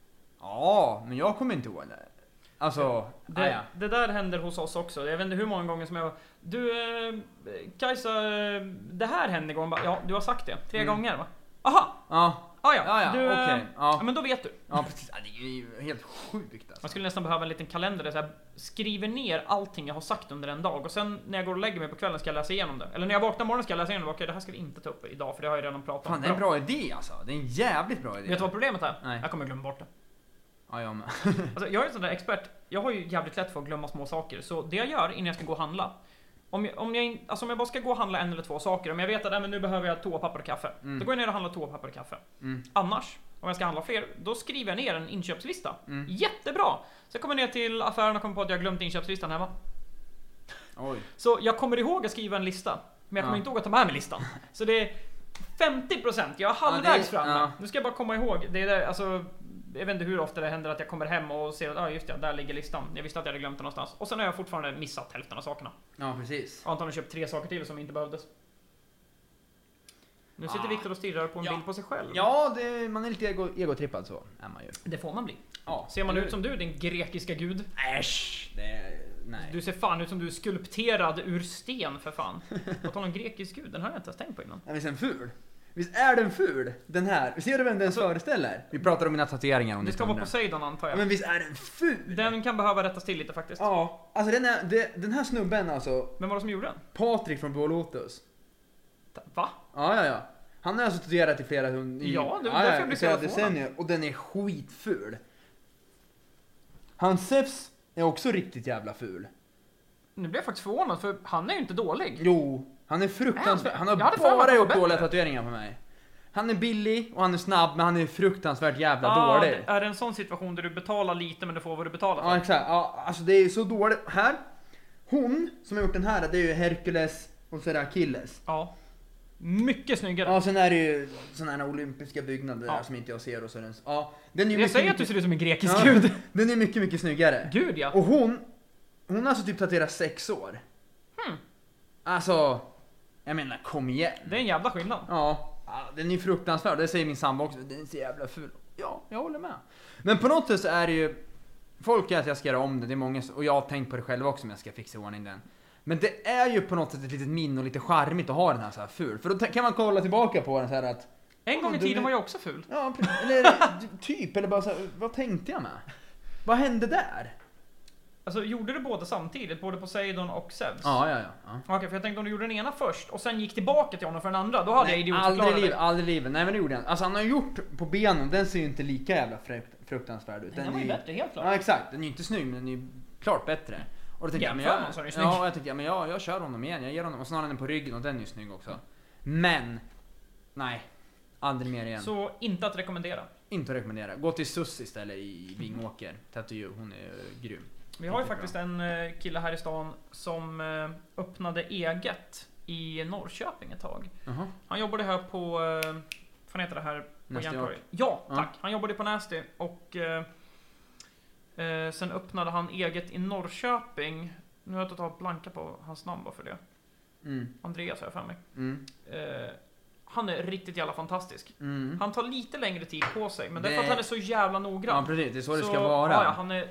Ja, men jag kommer inte ihåg det. Alltså, Det, aja. det där händer hos oss också. Jag vet inte hur många gånger som jag Du, eh, Kajsa, eh, det här hände igår. Hon bara, ja, du har sagt det. Tre Mm. gånger va? Aha! Ja, Ah, ja, ja, ja, du, eh, okej. Ja. ja, men då vet du. Ja, precis. Ja, det är ju helt sjukt alltså. Man skulle nästan behöva en liten kalender där jag så här skriver ner allting jag har sagt under en dag. Och sen när jag går och lägger mig på kvällen ska jag läsa igenom det. Eller när jag vaknar morgonen ska jag läsa igenom det. Okej, det här ska vi inte ta upp idag, för det har jag redan pratat Fan, om. det är en bra idé alltså. Det är en jävligt bra idé. Vet du vad problemet är? Nej. Jag kommer glömma bort det. Ja, jag med. Alltså, jag är en sån där expert. Jag har ju jävligt lätt för att glömma små saker. Så det jag gör innan jag ska gå och handla. Om jag, om jag, in- alltså om jag bara ska gå och handla en eller två saker. Om jag vet att äh, men nu behöver jag toapapper och kaffe. Mm. Då går jag ner och handlar toapapper och kaffe. Mm. Annars, om jag ska handla fler, då skriver jag ner en inköpslista. Mm. Jättebra! Så jag kommer ner till affären och kommer på att jag har glömt inköpslistan hemma. Oj. Så jag kommer ihåg att skriva en lista. Men jag kommer Ja. inte ihåg att ta med mig listan. Så det är femtio procent. Jag är Ja, halvvägs det är- framme. ja. Nu ska jag bara komma ihåg. Det är det, alltså, jag vet inte hur ofta det händer att jag kommer hem och ser att ah, just det, där ligger listan. Jag visste att jag hade glömt den någonstans. Och sen har jag fortfarande missat hälften av sakerna. Ja, precis. Jag har antagligen köpt tre saker till som inte behövdes. Nu sitter Ah. Victor och stirrar på en Ja. bild på sig själv. Ja, det, man är lite ego, egotrippad så. Är man ju. Det får man bli. Ja. Ser man ut som du, din grekiska gud? Äsch! Det, nej. Du ser fan ut som du är skulpterad ur sten för fan. På tal om grekisk gud, den har jag inte ens tänkt på innan. Ja, visst är den ful? Visst är den ful? Den här. Ser du vem den Alltså- föreställer? Vi pratar om mina tatueringar om Det ni ska vara undrar. Poseidon antar Ja, jag. men visst är den ful? Den kan behöva rättas till lite faktiskt. Ja, alltså den, är, det, den här snubben alltså, Vem var det som gjorde den? Patrik från Blå Lotus. Va? Ja, ja, ja. Han har alltså studerat i flera hund... I, Ja, det var därför jag blev så flera jävla förvånad. decennier. Och den är skitful. Hans Zeus är också riktigt jävla ful. Nu blir jag faktiskt förvånad för han är ju inte dålig. Jo, han är fruktansvärt... Är Han han? har Jag hade för mig att bara han var gjort dåliga bättre. tatueringar på mig. Han är billig och han är snabb, men han är fruktansvärt jävla Ah, dålig. det är en sån situation där du betalar lite men du får vad du betalar för. Ja, exakt. Ja, alltså det är så dåligt. Här, hon som har gjort den här, det är ju Hercules och så är det Achilles. Ja. Mycket snyggare. Ja, sen är det ju såna här olympiska byggnader Ja. som inte jag ser och så är den, ja, den är ju Jag mycket, säger att mycket, du ser ut som en grekisk ja, gud. den är mycket, mycket snyggare. Gud ja. Och hon, hon har alltså typ tatuerat sex år. Hmm. Alltså, jag menar, kom igen. Det är en jävla skillnad. Ja, ja, den är fruktansvärd. Det säger min sambo också. Den är så jävla ful. Ja, jag håller med. Men på något sätt så är det ju, folk är att jag ska göra om det. Det är många, och jag har tänkt på det själv också om jag ska fixa i ordning den. Men det är ju på något sätt ett litet minne och lite charmigt att ha den här så här ful. För då kan man kolla tillbaka på den så här att... En gång i du- tiden var jag också ful. Ja, eller typ, eller bara så här, vad tänkte jag med? Vad hände där? Alltså gjorde du båda samtidigt? Både Poseidon och Zeus? Ja, ja, ja. ja. Okej, för jag tänkte om du gjorde den ena först och sen gick tillbaka till honom för den andra, då hade jag Nej, idiotförklarat aldrig i dig. livet, aldrig i livet. Nej, men det gjorde jag inte. Alltså han har gjort på benen, den ser ju inte lika jävla frukt, fruktansvärd ut. Den var är ju ju- bättre, helt klart. Ja, exakt. Den är ju inte snygg, men den är ju klart bättre. Och då tänkte jag, men Jämför jag, man så är den snygg. ja, jag tänkte, ja, men jag, jag kör honom igen. Jag ger honom, och så har han den på ryggen och den är ju snygg också. Men, nej. Aldrig mer igen. Så inte att rekommendera. Inte att rekommendera. Gå till Suss istället i Vingåker. Tattoo, hon är uh, grym. Vi har ju Riktigt faktiskt en eh, kille här i stan som eh, öppnade eget i Norrköping ett tag. Jaha. Han jobbade här på, eh, vad heter det här? På Nasty Järntorget. Art. Ja, Ja. tack. Han jobbade på Nasty och eh, eh, sen öppnade han eget i Norrköping. Nu har jag totalt blanka på hans namn bara för det. Mm. Andreas har jag för mig. Mm. Eh, han är riktigt jävla fantastisk. Mm. Han tar lite längre tid på sig, men det är för Det- att han är så jävla noggrann. Ja, precis. Det är så, det Så, ska vara. Ja, ja, han är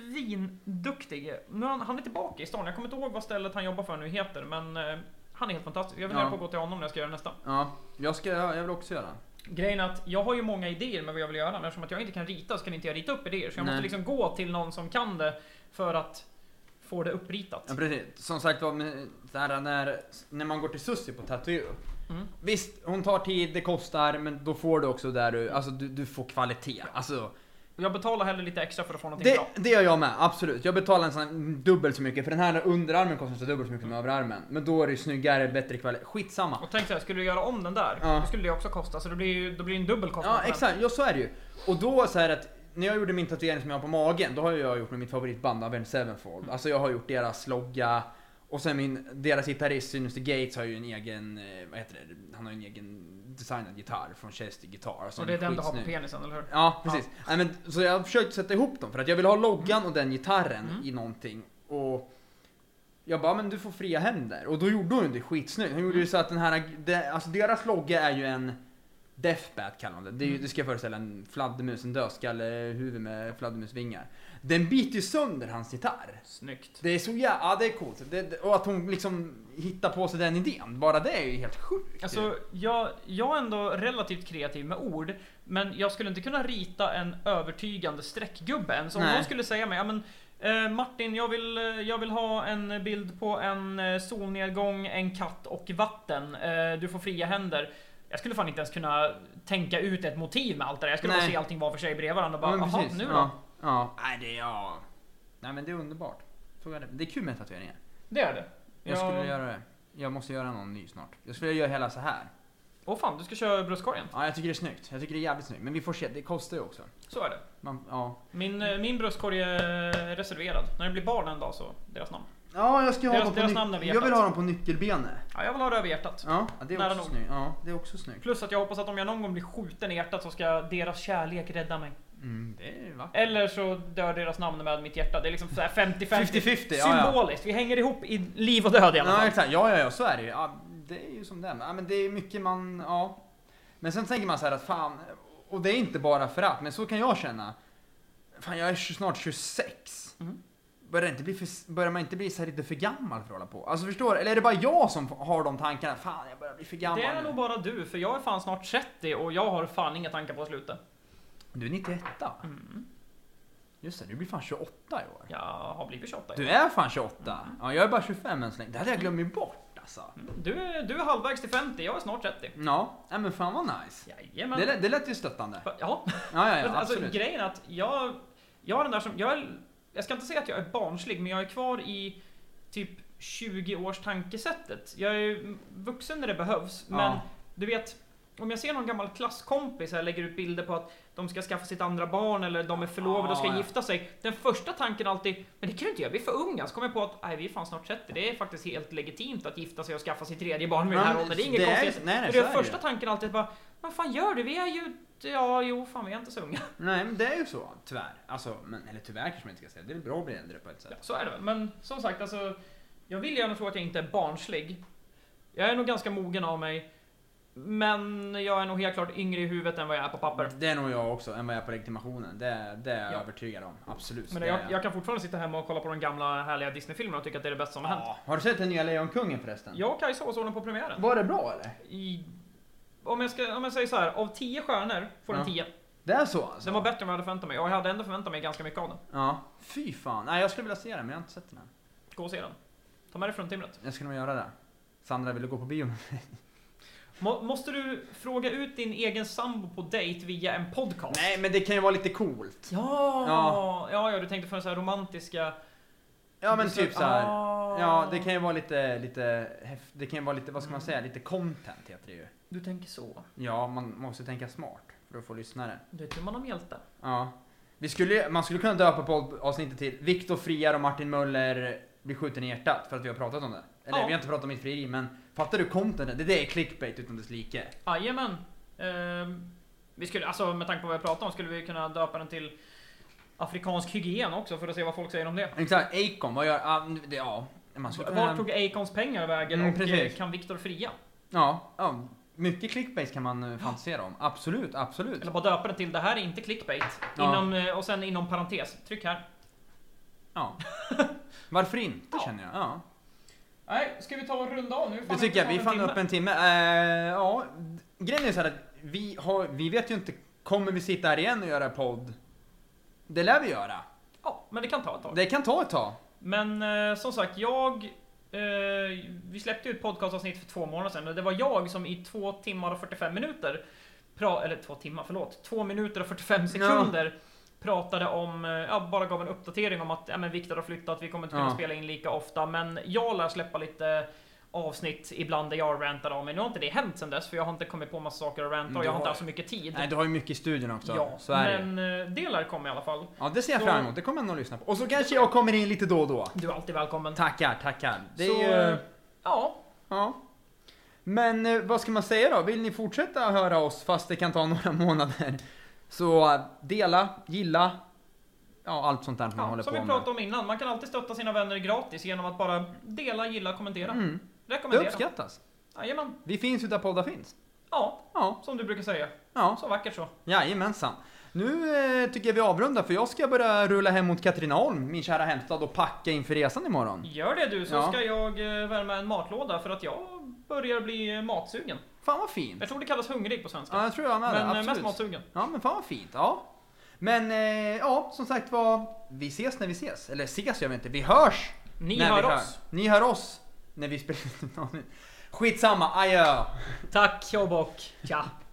svinduktig. Nu är han, han är tillbaka i stan. Jag kommer inte ihåg vad stället han jobbar för nu heter, men eh, han är helt fantastisk. Jag vill Ja. ja. på att gå till honom när jag ska göra nästa. Ja, jag, ska, jag vill också göra. Grejen är att jag har ju många idéer med vad jag vill göra, men eftersom att jag inte kan rita så kan inte jag rita upp idéer. Så jag Nej. måste liksom gå till någon som kan det för att få det uppritat. Ja, precis. Som sagt var, med- så här, när, när man går till Susie på Tattoo. Mm. Visst, hon tar tid, det kostar, men då får du också där du, alltså du, du får kvalitet. Alltså, Jag betalar hellre lite extra för att få någonting det, bra. det gör jag med, absolut. Jag betalar en sån dubbelt så mycket, för den här underarmen kostar så dubbelt så mycket som överarmen. Men då är det snyggare, bättre kvalitet. Skitsamma. Och tänk så här, skulle du göra om den där, Ja. då skulle det också kosta. Så det blir ju då blir det en dubbel kostnad. Ja, för den. exakt. Ja, så är det ju. Och då så här att när jag gjorde min tatuering som jag har på magen, då har jag gjort med mitt favoritband Avenged Sevenfold. Alltså jag har gjort deras logga, och sen min, deras gitarrist Sinister Gates har ju en egen, eh, vad heter det, han har ju en egen designad gitarr från Chester Guitar. Alltså Och det är den du har på skitsnygg. penisen, eller hur? Ja, precis. Nej, men, så jag har försökt sätta ihop dem, för att jag vill ha loggan och den gitarren Mm. i någonting. Och jag bara, men du får fria händer. Och då gjorde hon det skitsnyggt. Hon gjorde ju så att den här, det, alltså deras logga är ju en Deathbat kallar man det. Det, är ju, det ska föreställa en fladdermus, en dödskalle huvud med fladdermusvingar. Den biter ju sönder hans gitarr. Snyggt. Det är så jävla, ja det är coolt. Det, det, och att hon liksom hittar på sig den idén. Bara det är ju helt sjukt. Alltså, jag, jag är ändå relativt kreativ med ord, men jag skulle inte kunna rita en övertygande streckgubbe än. Så om Nej. någon skulle säga mig, ja men eh, Martin, jag vill, eh, jag vill ha en bild på en eh, solnedgång, en katt och vatten. Eh, du får fria händer. Jag skulle fan inte ens kunna tänka ut ett motiv med allt det där. Jag skulle Nej. bara se allting var för sig bredvid varandra och bara, Ja, men jaha, precis. nu då? Ja, ja. Nej, det är, ja. Nej, men det är underbart. Så är det. Det är kul med tatueringar. Det är det. Jag skulle göra det. Jag måste göra någon ny snart. Jag skulle göra hela så här. Åh fan, du ska köra bröstkorgen. Ja, jag tycker det är snyggt. Jag tycker det är jävligt snyggt. Men vi får se, det kostar ju också. Så är det. Man, ja. Min, eh, min bröstkorg är reserverad. När det blir barn en dag så, deras namn. Ja, jag ska ha Deras- dem på deras nyc- namn är vid Jag vill hjärtat. ha dem på nyckelbenet. Ja, jag vill ha det över hjärtat. Ja, det är Nära också nog. snyggt. Ja, det är också snyggt. Plus att jag hoppas att om jag någon gång blir skjuten i hjärtat så ska deras kärlek rädda mig. Mm, det är vackert. Eller så dör deras namn med mitt hjärta. Det är liksom så här femtio femtio. femtio femtio, ja, ja. Symboliskt. Vi hänger ihop i liv och död i alla Ja, fall. exakt. Ja, ja, ja, så är det ju. Ja, det är ju som det är. Ja, men det är mycket man, ja. Men sen tänker man så här att fan, och det är inte bara för att, men så kan jag känna. Fan, jag är snart tjugosex. Mm. Börjar, inte bli för, börjar man inte bli så här lite för gammal för att hålla på? Alltså förstår du? Eller är det bara jag som har de tankarna? Fan, jag börjar bli för gammal Det är nu. nog bara du, för jag är fan snart trettio och jag har fan inga tankar på att sluta. Du är nittioett. Mm. Just det, du blir fan tjugoåtta i år. Jag har blivit tjugoåtta. Du är fan tjugoåtta. Ja, jag är bara tjugofem än så länge. Det hade jag glömt bort alltså. Du är, du är halvvägs till femtio, jag är snart trettio. Ja, nej, men fan vad nice. Jajamän. Det, lät- det lät ju stöttande. Ja, Ja, ja, ja, alltså absolut. grejen är att jag, jag har den där som, jag, är, jag ska inte säga att jag är barnslig, men jag är kvar i typ tjugo års tankesättet. Jag är vuxen när det behövs, Ja. men du vet, om jag ser någon gammal klasskompis här lägger ut bilder på att de ska skaffa sitt andra barn eller de är förlovade och ska Ah, ja. gifta sig. Den första tanken alltid, men det kan du inte göra, vi är för unga. Så kommer jag på att nej, vi är fan snart trettio. Det är faktiskt helt legitimt att gifta sig och skaffa sitt tredje barn vid den här Ja, åldern. Det är inget det är- konstigt. nej, nej, Men så det är är det första ju. tanken alltid bara, vad fan gör du? Vi är ju, ja jo fan vi är inte så unga. Nej, men det är ju så, tyvärr. Alltså, men, eller tyvärr kanske man inte ska säga. Det är väl bra att bli äldre på ett sätt. Ja, så är det väl. Men som sagt, alltså, jag vill gärna tro att jag inte är barnslig. Jag är nog ganska mogen av mig. Men jag är nog helt klart yngre i huvudet än vad jag är på papper. Det är nog jag också, än vad jag är på legitimationen. Det, det är jag Ja. övertygad om. Absolut. Men det jag, är jag kan fortfarande sitta hemma och kolla på de gamla härliga Disney-filmerna och tycka att det är det bästa som har hänt. Ja. Har du sett den nya Lejonkungen förresten? Jag och Kajsa såg den på premiären. Var det bra eller? I, om, jag ska, om jag säger så här, av tio stjärnor får den Ja. tio. Det är så alltså? Den var bättre än vad jag hade förväntat mig. Och jag hade ändå förväntat mig ganska mycket av den. Ja. Fy fan. Nej, jag skulle vilja se den, men jag har inte sett den än. Gå och se den. Ta med dig fruntimret. Jag ska nog göra det. Sandra, vill du gå på bio? Må, måste du fråga ut din egen sambo på dejt via en podcast? Nej, men det kan ju vara lite coolt. Ja, Ja. ja, ja, du tänkte för en så här romantiska... Ja, men Du typ sa- så här. Ah. Ja, det kan ju vara lite, lite, häft- det kan ju vara lite, vad ska man säga, lite content heter det ju. Du tänker så. Ja, man måste tänka smart för att få lyssnare. Det tror man om hjälte. Ja. Vi skulle, man skulle kunna döpa på avsnittet till Viktor Friar och Martin Möller blir skjuten i hjärtat för att vi har pratat om det. Eller Ja. vi har inte pratat om mitt frieri, men fattar du content? Det där är clickbait utan dess like. Jajamän. Ehm, vi skulle, alltså med tanke på vad vi pratar om skulle vi kunna döpa den till afrikansk hygien också för att se vad folk säger om det. Exakt, Acon, vad gör, ah, det, ja. Man skulle kunna, Var tog Acons pengar vägen Mm, och precis. eh, kan Viktor fria? ja, ja, mycket clickbait kan man eh, fantisera om. Absolut, absolut. Eller bara döpa den till det här är inte clickbait. Ja. Inom, eh, och sen inom parentes, tryck här. Ja. Varför inte, Ja. känner jag. Ja. Nej, ska vi ta och runda av nu? Det tycker jag, vi fann upp en timme. Eh, ja, grejen är så här att vi, har, vi vet ju inte, kommer vi sitta här igen och göra podd? Det lär vi göra. Ja, men det kan ta ett tag. Det kan ta ett tag. Men eh, som sagt, jag... Eh, vi släppte ju ett podcastavsnitt för två månader sedan och det var jag som i två timmar och fyrtiofem minuter pra, eller två timmar, förlåt. Två minuter och fyrtiofem sekunder pratade om, eh, ja, bara gav en uppdatering om att ja, men Viktor har flyttat, vi kommer inte kunna Ja. spela in lika ofta. Men jag lär släppa lite avsnitt ibland där jag rantar av mig. Nu har inte det hänt sen dess för jag har inte kommit på massa saker att ranta Men och du jag har inte har- haft så mycket tid. Nej, du har ju mycket i studion också. Ja, Så är det. men eh, det lär komma i alla fall. Ja, det ser jag så- fram emot. Det kommer jag nog lyssna på. Och så kanske jag kommer in lite då och då. Du är alltid välkommen. Tackar, tackar. Det är så, ju... eh, ja, Ja. Men eh, vad ska man säga då? Vill ni fortsätta höra oss fast det kan ta några månader? Så eh, dela, gilla, ja allt sånt där som man ja håller som på vi med. pratade om innan. Man kan alltid stötta sina vänner gratis genom att bara dela, gilla, kommentera. Mm. Det Rekommendera. uppskattas. Jajamän. Vi finns ju där poddar finns. Ja, Ja, som du brukar säga. ja, Så vackert så. jajamensan. Nu eh, tycker jag vi avrundar för jag ska börja rulla hem mot Katrineholm, min kära hemstad, och packa inför resan imorgon. Gör det du, så Ja. ska jag eh, värma en matlåda för att jag börjar bli eh, matsugen. Fan vad fint. Jag tror det kallas hungrig på svenska. Ja, jag tror jag med det, Men eh, absolut. mest matsugen. Ja, men fan vad fint. Ja. Men eh, ja, som sagt var, vi ses när vi ses. Eller ses gör vi inte, vi hörs Ni när hör vi oss. Ni hör oss när vi spelar. Skitsamma, adjö. Tack och bock. Tja.